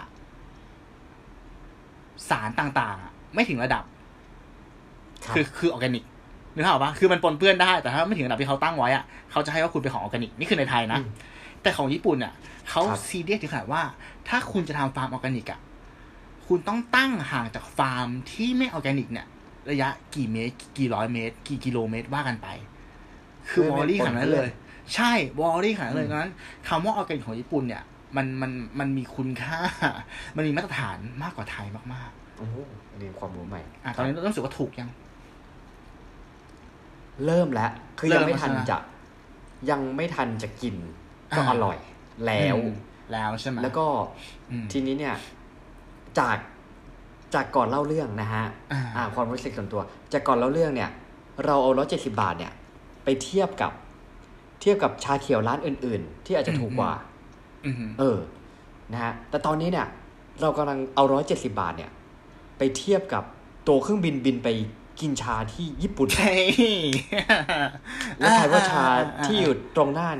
สารต่างๆไม่ถึงระดับคือคือออร์แกนิกนึกออกปะคือมันปนเปื้อนได้แต่ถ้าไม่ถึงระดับที่เขาตั้งไว้อะเขาจะให้ว่าคุณเป็นของออร์แกนิกนี่คือในไทยนะแต่ของญี่ปุ่นเนี่ยเขาซีเรียสถึงขนาดว่าถ้าคุณจะทำฟาร์มออร์แกนิกอะคุณต้องตั้งห่างจากฟาร์มที่ไม่ออร์แกนิกเนี่ยระยะกี่เมตรกี่ร้อยเมตรกี่กิโลเมตรว่ากันไปคือวอลลี่ขนาดนั้นเลยใช่วอลลี่ขนาดนั้นเลยดังนั้นคำว่าออร์แกนิกของญี่ปุ่นเนี่ยมันมันมันมีคุณค่ามันมีมาตรฐานมากกว่าไทยมากๆโอ้โหอันนี้ความรู้ใหม่อ่ะตอนนี้รู้สึกว่าถูกยังเริ่มแล้วคือยังไม่ทันจะยังไม่ทันจะกินก็อร่อยแล้วแล้วใช่ไหมแล้วก็ทีนี้เนี่ยจากจากก่อนเล่าเรื่องนะฮะอ่าความรู้สึกส่วนตัวจากก่อนเล่าเรื่องเนี่ยเราเอาร้อยเจ็ดสิบบาทเนี่ยไปเทียบกับเทียบกับชาเขียวร้านอื่นๆที่อาจจะถูกกว่าเออนะฮะแต่ตอนนี้เนี่ยเรากำลังเอาร้อยเจ็ดสิบบาทเนี่ยไปเทียบกับตัวเครื่องบินบินไปกินชาที่ญี่ปุ่นแล้วใครว่าชาที่อยู่ตรงหน้าเนี่ย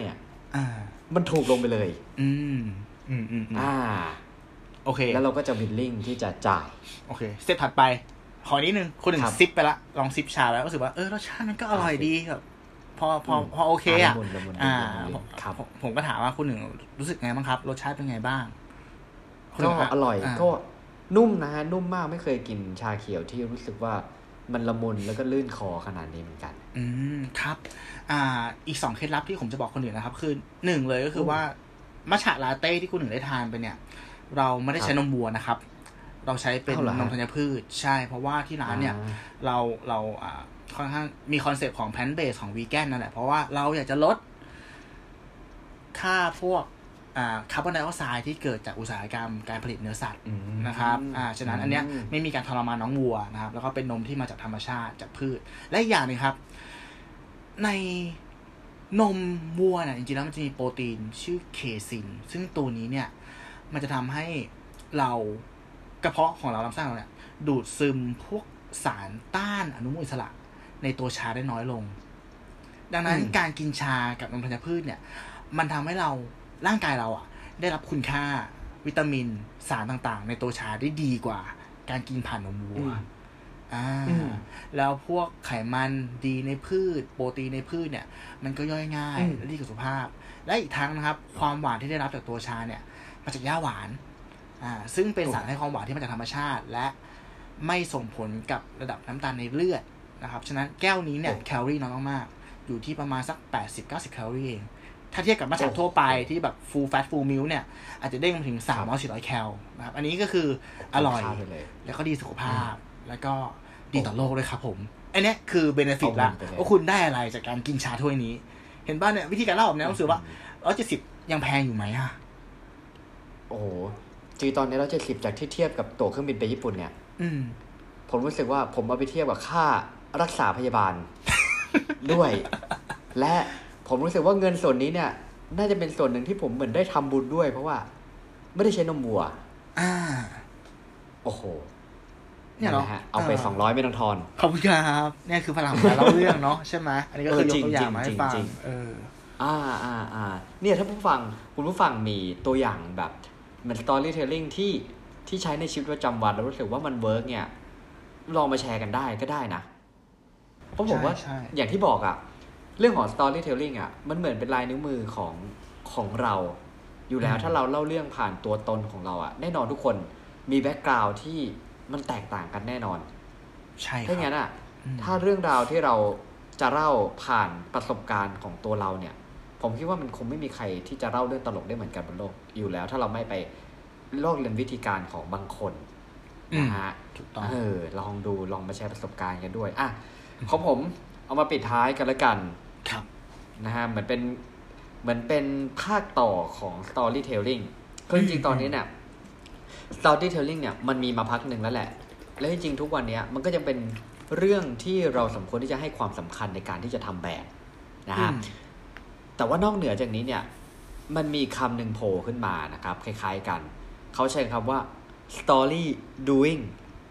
อ่ามันถูกลงไปเลยอืมอืมอืมอ่าโอเคแล้วเราก็จะวิลลิ่งที่จะจ่ายโอเคสเต็ปถัดไปขอนิดนึงคนหนึ่งซิปไปละลองซิปชาแล้วรู้สึกว่าเออรสชาติมันก็อร่อยดีครับพอพอพอโอเคอ่ะอ่าผมก็ถามว่าคุณหนึ่งรู้สึกไงบ้างครับรสชาติเป็นไงบ้างก็อร่อยก็นุ่มนะฮะนุ่มมากไม่เคยกินชาเขียวที่รู้สึกว่ามันละมุนแล้วก็ลื่นคอขนาดนี้เหมือนกันอืมครับอ่าอีกสองเคล็ดลับที่ผมจะบอกคนอื่นนะครับคือหนึ่งเลยก็คือว่ามัทฉะลาเต้ที่คุณหนึ่งได้ทานไปเนี่ยเราไม่ได้ใช้นมวัวนะครับเราใช้เป็นนมธัญพืชใช่เพราะว่าที่ร้านเนี่ยเราเราอ่าค่อนข้างมีคอนเซปต์ของแพลนท์เบสของวีแกนนั่นแหละเพราะว่าเราอยากจะลดค่าพวกอ่าคาร์บอนไดออกไซด์ที่เกิดจากอุตสาหกรรมการผลิตเนื้อสัตว์นะครับอ่าฉะนั้นอันเนี้ยไม่มีการทรมานน้องวัวนะครับแล้วก็เป็นนมที่มาจากธรรมชาติจากพืชและอีกอย่างนึงครับในนมวัวเนี่ยจริงๆแล้วมันจะมีโปรตีนชื่อเคซินซึ่งตัวนี้เนี่ยมันจะทำให้เรากระเพาะของเราลำไส้เราเนี่ยดูดซึมพวกสารต้านอนุมูลอิสระในตัวชาได้น้อยลงดังนั้นการกินชากับนมธัญพืชเนี่ยมันทำให้เราร่างกายเราอ่ะได้รับคุณค่าวิตามินสารต่างๆในตัวชาได้ดีกว่าการกินผ่านนมวัวอ่าแล้วพวกไขมันดีในพืชโปรตีนในพืชเนี่ยมันก็ย่อยง่ายและดีกับสุขภาพและอีกทั้งนะครับความหวานที่ได้รับจากตัวชาเนี่ยมาจากหญ้าหวานอ่าซึ่งเป็นสารให้ความหวานที่มาจากธรรมชาติและไม่ส่งผลกับระดับน้ำตาลในเลือดนะครับฉะนั้นแก้วนี้เนี่ยแคลอรี่น้อยมากๆอยู่ที่ประมาณสัก แปดสิบถึงเก้าสิบ แคลอรี่เองถ้าเทียบกับมัทฉะทั่วไปที่แบบ full fat full milk เนี่ยอาจจะเด้งถึงสามร้อยถึงสี่ร้อยแคลนะครับอันนี้ก็คืออร่อยแล้วก็ดีสุขภาพแล้วก็ดีต่อโลกด้วยครับผมอันนี้คือเบเนฟิตละว่าคุณได้อะไรจากการกินชาถ้วยนี้เห็นป่ะเนี่ยวิธีการเล่าแบบนี้รู้สึกว่าหนึ่งร้อยเจ็ดสิบยังแพงอยู่ไหมอ่ะโอ้โหจีตอนนี้หนึ่งร้อยเจ็ดสิบจากที่เทียบกับตั๋วเครื่องบินไปญี่ปุ่นเนี่ยผมรู้สึกว่าผมเอาไปเทียบกับค่ารักษาพยาบาล ด้วยและผมรู้สึกว่าเงินส่วนนี้เนี่ยน่าจะเป็นส่วนหนึ่งที่ผมเหมือนได้ทำบุญด้วยเพราะว่าไม่ได้ใช้นมวัวอ่าโอ้โหเนี่ยนะฮะเอาไปสองร้อยไม่ต้องทอนขอบคุณครับเนี่ยคือพลังของการเล่าเรื่องเนาะใช่ไหมอันนี้ก็คือยกตัวอย่างมาให้ฟังเอออ่าอ่าอ่าเนี่ยถ้าผู้ฟังคุณผู้ฟังมีตัวอย่างแบบเหมือน storytelling ที่ที่ใช้ในชีวิตประจำวันแล้วรู้สึกว่ามันเวิร์กเนี่ยลองมาแชร์กันได้ก็ได้นะเพราะผมว่าอย่างที่บอกอะเรื่องของ storytelling อ่ะมันเหมือนเป็นลายนิ้วมือของของเราอยู่แล้วถ้าเราเล่าเรื่องผ่านตัวตนของเราอ่ะแน่นอนทุกคนมีแบ็คกราวด์ที่มันแตกต่างกันแน่นอนใช่ครับถ้างั้นอ่ะถ้าเรื่องราวที่เราจะเล่าผ่านประสบการณ์ของตัวเราเนี่ยผมคิดว่ามันคงไม่มีใครที่จะเล่าเรื่องตลกได้เหมือนกันบนโลกอยู่แล้วถ้าเราไม่ไปลอกเลียนวิธีการของบางคนนะฮะถูกต้องเออลองดูลองมาแชร์ประสบการณ์กันด้วยอ่ะของผมเอามาปิดท้ายกันละกันครับนะฮะเหมือนเป็นเหมือนเป็นภาคต่อของ storytelling คือจริงๆตอนนี้เนี่ย storytelling เนี่ยมันมีมาพักหนึ่งแล้วแหละและจริงๆทุกวันนี้มันก็ยังเป็นเรื่องที่เราสมควรที่จะให้ความสำคัญในการที่จะทำแบบนะฮะแต่ว่านอกเหนือจากนี้เนี่ยมันมีคำหนึ่งโผล่ขึ้นมานะครับคล้ายๆกันเขาใช้คำว่า story doing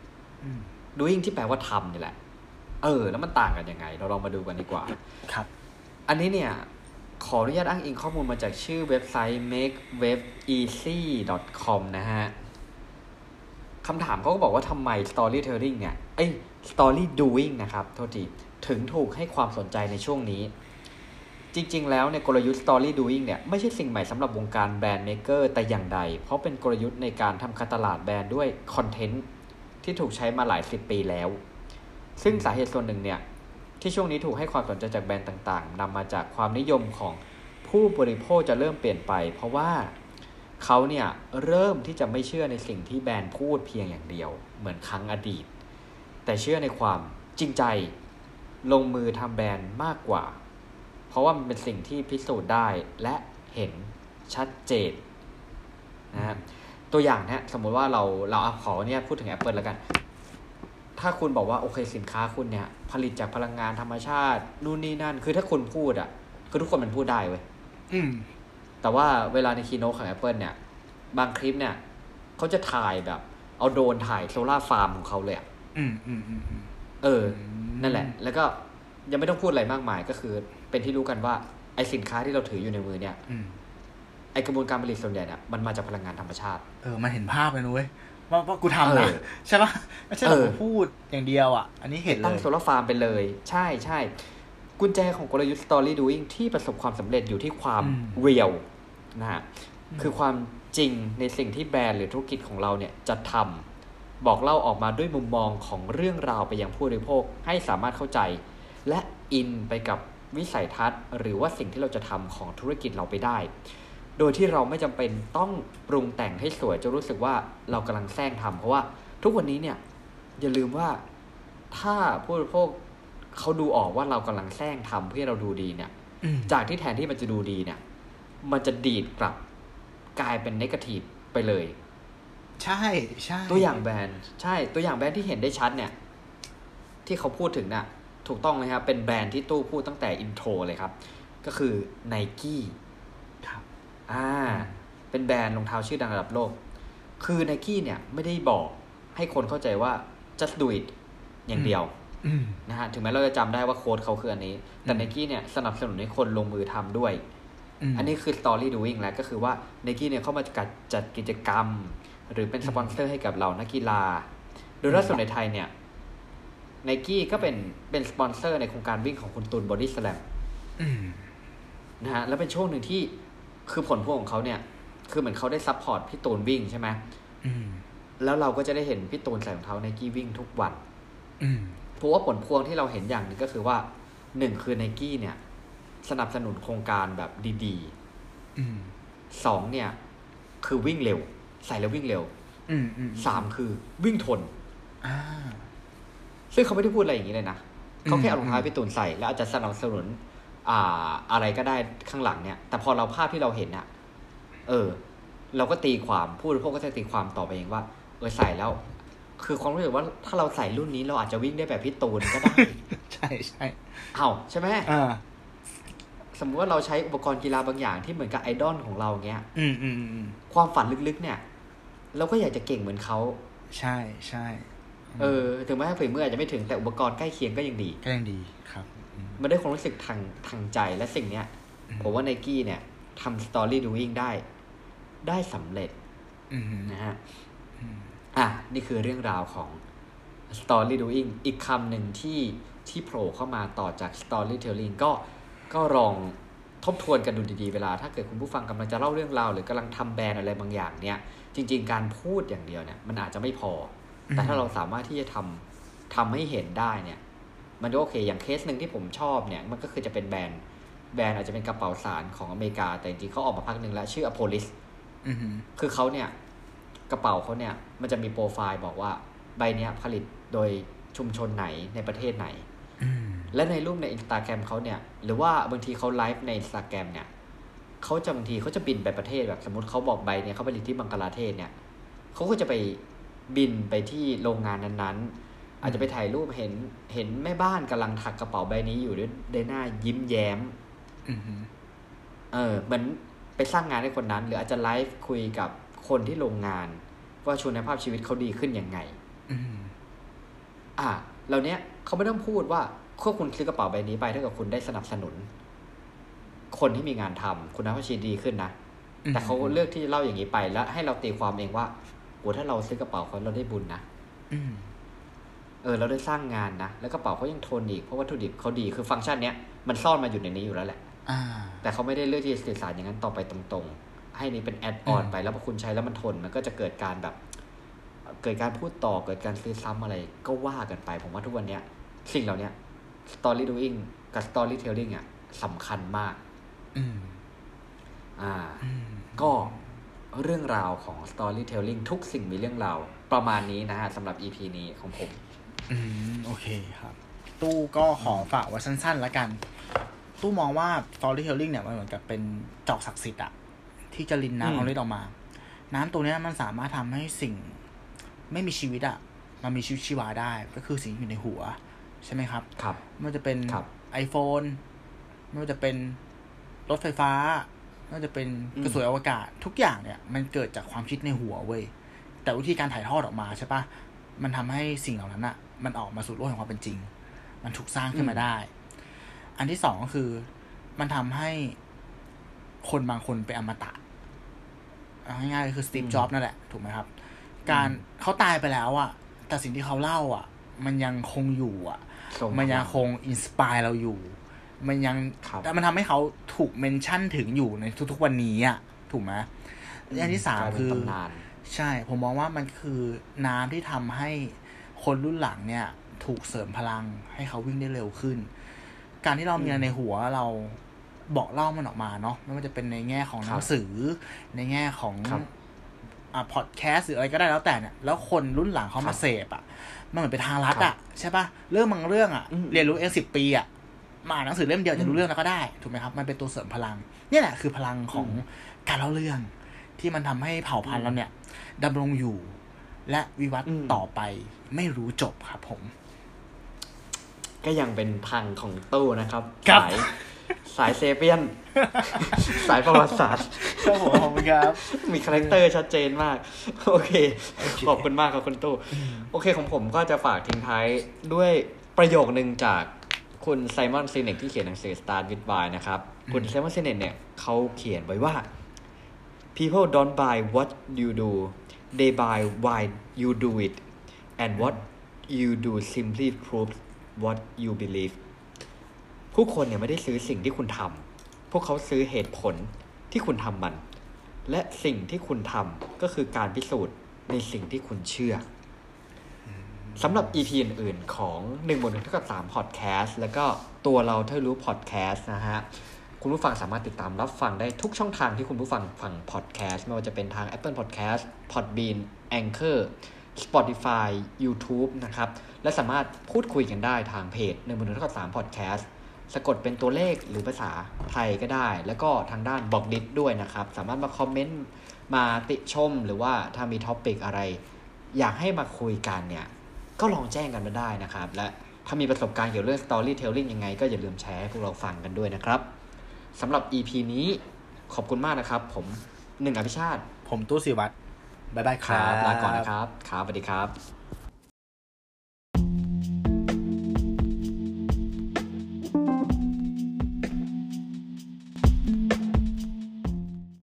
doing ที่แปลว่าทำนี่แหละเออแล้วมันต่างกันยังไงเราลองมาดูกันดีกว่าครับอันนี้เนี่ยขออนุญาตอ้างอิงข้อมูลมาจากชื่อเว็บไซต์ เมคเว็บอีซี่ ดอท คอม นะฮะคำถามเขาก็บอกว่าทำไม storytelling เนี่ยเอ้ย story doing นะครับโทษทีถึงถูกให้ความสนใจในช่วงนี้จริงๆแล้วในกลยุทธ์ story doing เนี่ยไม่ใช่สิ่งใหม่สำหรับวงการแบรนด์เมเกอร์แต่อย่างใดเพราะเป็นกลยุทธ์ในการทำการตลาดแบรนด์ด้วยคอนเทนต์ที่ถูกใช้มาหลายสิบปีแล้วซึ่งสาเหตุส่วนหนึ่งเนี่ยที่ช่วงนี้ถูกให้ความสนใจจากแบรนด์ต่างๆนำมาจากความนิยมของผู้บริโภคจะเริ่มเปลี่ยนไปเพราะว่าเขาเนี่ยเริ่มที่จะไม่เชื่อในสิ่งที่แบรนด์พูดเพียงอย่างเดียวเหมือนครั้งอดีตแต่เชื่อในความจริงใจลงมือทำแบรนด์มากกว่าเพราะว่ามันเป็นสิ่งที่พิสูจน์ได้และเห็นชัดเจนนะฮะตัวอย่างนะสมมติว่าเราเราขอเนี่ยพูดถึง Apple แล้วกันถ้าคุณบอกว่าโอเคสินค้าคุณเนี่ยผลิตจากพลังงานธรรมชาตินู่นนี่นั่นคือถ้าคุณพูดอ่ะคือทุกคนมันพูดได้เว้ยแต่ว่าเวลาในคีโนตของ Apple เนี่ยบางคลิปเนี่ยเขาจะถ่ายแบบเอาโดรนถ่ายโซล่าฟาร์มของเขาเลยอ่ะอืมอืมอืมเออนั่นแหละแล้วก็ยังไม่ต้องพูดอะไรมากมายก็คือเป็นที่รู้กันว่าไอสินค้าที่เราถืออยู่ในมือเนี่ยไอกระบวนการผลิตส่วนใหญ่เนี่ยมันมาจากพลังงานธรรมชาติเออมันเห็นภาพเลยนุ้ยว่าว่ากูทำนะใช่ปะไม่ใช่เราพูดอย่างเดียวอ่ะอันนี้เห็นเลยตั้งโซลาร์ฟาร์มไปเลยใช่ใช่กุญแจของกลยุทธ์ Story Doing ที่ประสบความสำเร็จอยู่ที่ความเรียลนะฮะคือความจริงในสิ่งที่แบรนด์หรือธุรกิจของเราเนี่ยจะทำบอกเล่าออกมาด้วยมุมมองของเรื่องราวไปยังผู้บริโภคให้สามารถเข้าใจและอินไปกับวิสัยทัศน์หรือว่าสิ่งที่เราจะทำของธุรกิจเราไปได้โดยที่เราไม่จำเป็นต้องปรุงแต่งให้สวยจะรู้สึกว่าเรากำลังแซงทำเพราะว่าทุกวันนี้เนี่ยอย่าลืมว่าถ้าผู้บริโภคเขาดูออกว่าเรากำลังแซงทำเพื่อเราดูดีเนี่ยจากที่แทนที่มันจะดูดีเนี่ยมันจะดีดกลับกลายเป็นเนกาทีฟไปเลยใช่ใช่ตัวอย่างแบรนด์ใช่ตัวอย่างแบรนด์ที่เห็นได้ชัดเนี่ยที่เขาพูดถึงเนี่ยถูกต้องเลยครับเป็นแบรนด์ที่ตู้พูดตั้งแต่อินโทรเลยครับก็คือ Nike ครับอ่าเป็นแบรนด์รองเท้าชื่อดังระดับโลกคือ Nike เนี่ยไม่ได้บอกให้คนเข้าใจว่า just do it อย่างเดียวนะฮะถึงแม้เราจะจำได้ว่าโค้ดเขาคืออันนี้แต่ Nike เนี่ยสนับสนุนให้คนลงมือทำด้วยอันนี้คือ story doing แล้วก็คือว่า Nike เนี่ยเข้ามาจัดจัดกิจกรรมหรือเป็นสปอนเซอร์ให้กับเรานักกีฬาโดยล่าสุดในไทยเนี่ย Nike ก็เป็นเป็นสปอนเซอร์ในโครงการวิ่งของคุณตูนบอดี้สแลมนะฮะแล้วเป็นช่วงหนึ่งที่คือผลพวงของเขาเนี่ยคือเหมือนเขาได้ซัพพอร์ตพี่ตูนวิ่งใช่ไหมแล้วเราก็จะได้เห็นพี่ตูนใส่รองเท้า Nike วิ่งทุกวันเพราะว่าผลพวงที่เราเห็นอย่างนึงก็คือว่าหนึ่งคือ Nike เนี่ยสนับสนุนโครงการแบบดีๆสองเนี่ยคือวิ่งเร็วใส่แล้ววิ่งเร็วสามคือวิ่งทนซึ่งเขาไม่ได้พูดอะไรอย่างนี้เลยนะเขาแค่เอารองเท้าพี่ตูนใส่แล้วอาจจะสนับสนุนอ่าอะไรก็ได้ข้างหลังเนี่ยแต่พอเราภาพที่เราเห็นอ่ะเออเราก็ตีความผู้บริโภคก็จะตีความต่อไปเองว่าเออใส่แล้วคือความรู้สึกว่าถ้าเราใส่รุ่นนี้เราอาจจะวิ่งได้แบบพี่ตูนก็ได้ใช่ใช่เอ้าใช่ไหมอ่าสมมติว่าเราใช้อุปกรณ์กีฬาบางอย่างที่เหมือนกับไอดอลของเราเงี้ยอืมอืมอืมความฝันลึกๆเนี่ยเราก็อยากจะเก่งเหมือนเขาใช่ใช่เออถึงแม้ฝีมืออาจจะไม่ถึงแต่อุปกรณ์ใกล้เคียงก็ยังดีก็ยังดีครับมันได้ความรู้สึกทางทางใจและสิ่งเนี้ยผมว่า Nike เนี่ยทำ story doing ได้ได้สำเร็จนะฮะอ่ะนี่คือเรื่องราวของ story doing อีกคำหนึ่งที่ที่โผล่เข้ามาต่อจาก storytelling ก็ก็ลองทบทวนกันดูดีๆเวลาถ้าเกิดคุณผู้ฟังกำลังจะเล่าเรื่องราวหรือกำลังทำแบรนด์อะไรบางอย่างเนี่ยจริงๆการพูดอย่างเดียวเนี่ยมันอาจจะไม่พอแต่ถ้าเราสามารถที่จะทำทำให้เห็นได้เนี่ยมันก็โอเคอย่างเคสหนึ่งที่ผมชอบเนี่ยมันก็คือจะเป็นแบรนด์แบรนด์อาจจะเป็นกระเป๋าสารของอเมริกาแต่จริงๆเขาออกมาพักหนึ่งแล้วชื่อ Apolis คือเขาเนี่ยกระเป๋าเขาเนี่ยมันจะมีโปรไฟล์บอกว่าใบเนี้ยผลิตโดยชุมชนไหนในประเทศไหนและในรูปใน Instagram เขาเนี่ยหรือว่าบางทีเขาไลฟ์ใน Instagram เนี่ยเขาจะบางทีเขาจะบินไปประเทศแบบสมมติเขาบอกใบเนี่ยเขาผลิตที่บังกลาเทศเนี่ยเขาก็จะไปบินไปที่โรงงานนั้นๆอาจจะไปถ่ายรูปเห็นเห็นแม่บ้านกำลังถักกระเป๋าใบนี้อยู่ด้วยหน้ายิ้มแย้มเออเหมือนไปสร้างงานให้คนนั้นหรืออาจจะไลฟ์คุยกับคนที่โรงงานว่าคุณภาพชีวิตเขาดีขึ้นยังไงอ่ะเหล่านี้เขาไม่ต้องพูดว่าถ้าคุณซื้อกระเป๋าใบนี้ไปถ้าเกิดคุณได้สนับสนุนคนที่มีงานทำคุณภาพชีวิตดีขึ้นนะแต่เขาเลือกที่จะเล่าอย่างนี้ไปแล้วให้เราตีความเองว่าโอ้ถ้าเราซื้อกระเป๋าเขาเราได้บุญนะเออเราได้สร้างงานนะแล้วกระเป๋าเขายังทนอีกเพราะวัตถุดิบเขาดีคือฟังก์ชันเนี้ยมันซ่อนมาอยู่ในนี้อยู่แล้วแหละแต่เขาไม่ได้เลือกที่จะสื่อสารอย่างนั้นต่อไปตรงๆให้นี่เป็นแอดออนไปแล้วพอคุณใช้แล้วมันทนมันก็จะเกิดการแบบเกิดการพูดต่อเกิดการซื้อซ้ำอะไรก็ว่ากันไปผมว่าทุกวันเนี้ยสิ่งเหล่านี้ story doing กับ storytelling อ่ะสำคัญมากอ่าก็เรื่องราวของ storytelling ทุกสิ่งมีเรื่องราวประมาณนี้นะฮะสำหรับ อี พี นี้ของผมอืมโอเคครับตู้ก็ขอฝากไว้สั้นๆแล้วกันตู้มองว่า storytelling เนี่ยมันเหมือนกับเป็นจอกศักดิ์สิทธิ์อะที่จะรินน้ำเอาเลือดออกมาน้ำตัวนี้มันสามารถทำให้สิ่งไม่มีชีวิตอะมันมีชีวิตชีวาได้ก็คือสิ่งอยู่ในหัวใช่ไหมครับครับไม่ว่าจะเป็น iPhone ไม่ว่าจะเป็นรถไฟฟ้าไม่ว่าจะเป็นกระสวยอวกาศทุกอย่างเนี่ยมันเกิดจากความคิดในหัวเว้ยแต่วิธีการถ่ายทอดออกมาใช่ปะมันทำให้สิ่งเหล่านั้นอะมันออกมาสู่โลกแห่งความเป็นจริงมันถูกสร้างขึ้นมาได้อันที่สองก็คือมันทำให้คนบางคนเป็นอมตะง่ายๆคือสตีฟจ็อบส์นั่นแหละถูกไหมครับการเขาตายไปแล้วอ่ะแต่สิ่งที่เขาเล่าอ่ะมันยังคงอยู่อ่ะมันยังคงอินสปายเราอยู่มันยังแต่มันทำให้เขาถูกเมนชั่นถึงอยู่ในทุกๆวันนี้อ่ะถูกไหมอันที่สามคือใช่ผมมองว่ามันคือน้ำที่ทำให้คนรุ่นหลังเนี่ยถูกเสริมพลังให้เขาวิ่งได้เร็วขึ้นการที่เรามีในหัวเราบอกเล่ามันออกมาเนาะไม่ว่าจะเป็นในแง่ของหนังสือในแง่ของอ่าพอดแคสต์หรืออะไรก็ได้แล้วแต่เนี่ยแล้วคนรุ่นหลังเขามาเสพอ่ะมันเหมือนเป็นทางลัดอ่ะใช่ป่ะเรื่องบางเรื่องอ่ะเรียนรู้เองสิบปีอ่ะมาอ่านหนังสือเล่มเดียวจะรู้เรื่องแล้วก็ได้ถูกไหมครับมันเป็นตัวเสริมพลังนี่แหละคือพลังของการเล่าเรื่องที่มันทำให้เผ่าพันธุ์เราเนี่ยดำรงอยู่และวิวัฒน์ต่อไปไม่รู้จบครับผมก็ยังเป็นทางของตู้นะครับสายสายเซเปียนสายประวัติศาสตร์ครับผมครับมีคาแรคเตอร์ชัดเจนมากโอเคขอบคุณมากครับคุณตู้โอเคของผมก็จะฝากทิ้งท้ายด้วยประโยคนึงจากคุณไซมอนซินเน็กที่เขียนหนังสือ Start with Why นะครับคุณไซมอนซินเน็กเนี่ยเขาเขียนไว้ว่า people don't buy what you do they buy why you do it and what you do simply proves what you believe ผู้คนเนี่ยไม่ได้ซื้อสิ่งที่คุณทำพวกเขาซื้อเหตุผลที่คุณทำมันและสิ่งที่คุณทำก็คือการพิสูจน์ในสิ่งที่คุณเชื่อสำหรับ อี พี อื่นๆของหนึ่งบวกหนึ่งเท่ากับสาม Podcast แล้วก็ตัวเราเท่ารู้ Podcast นะฮะคุณผู้ฟังสามารถติดตามรับฟังได้ทุกช่องทางที่คุณผู้ฟังฟัง Podcast ไม่ว่าจะเป็นทาง Apple Podcast Podbean Anchor Spotify YouTube นะครับและสามารถพูดคุยกันได้ทางเพจหนึ่งบวกหนึ่งเท่ากับสาม Podcast สะกดเป็นตัวเลขหรือภาษาไทยก็ได้แล้วก็ทางด้านบล็อกดิสด้วยนะครับสามารถมาคอมเมนต์มาติชมหรือว่าถ้ามีท็อปิกอะไรอยากให้มาคุยกันเนี่ยก็ลองแจ้งกันมาได้นะครับและถ้ามีประสบการณ์เกี่ยวกับเรื่อง storytelling ยังไงก็อย่าลืมแชร์ให้พวกเราฟังกันด้วยนะครับสำหรับ อี พี นี้ขอบคุณมากนะครับผมหนึ่งอภิชาติผมตู้ศิวัตรบ๊ายบายครับลาก่อนนะครับครับสวัสดีครับ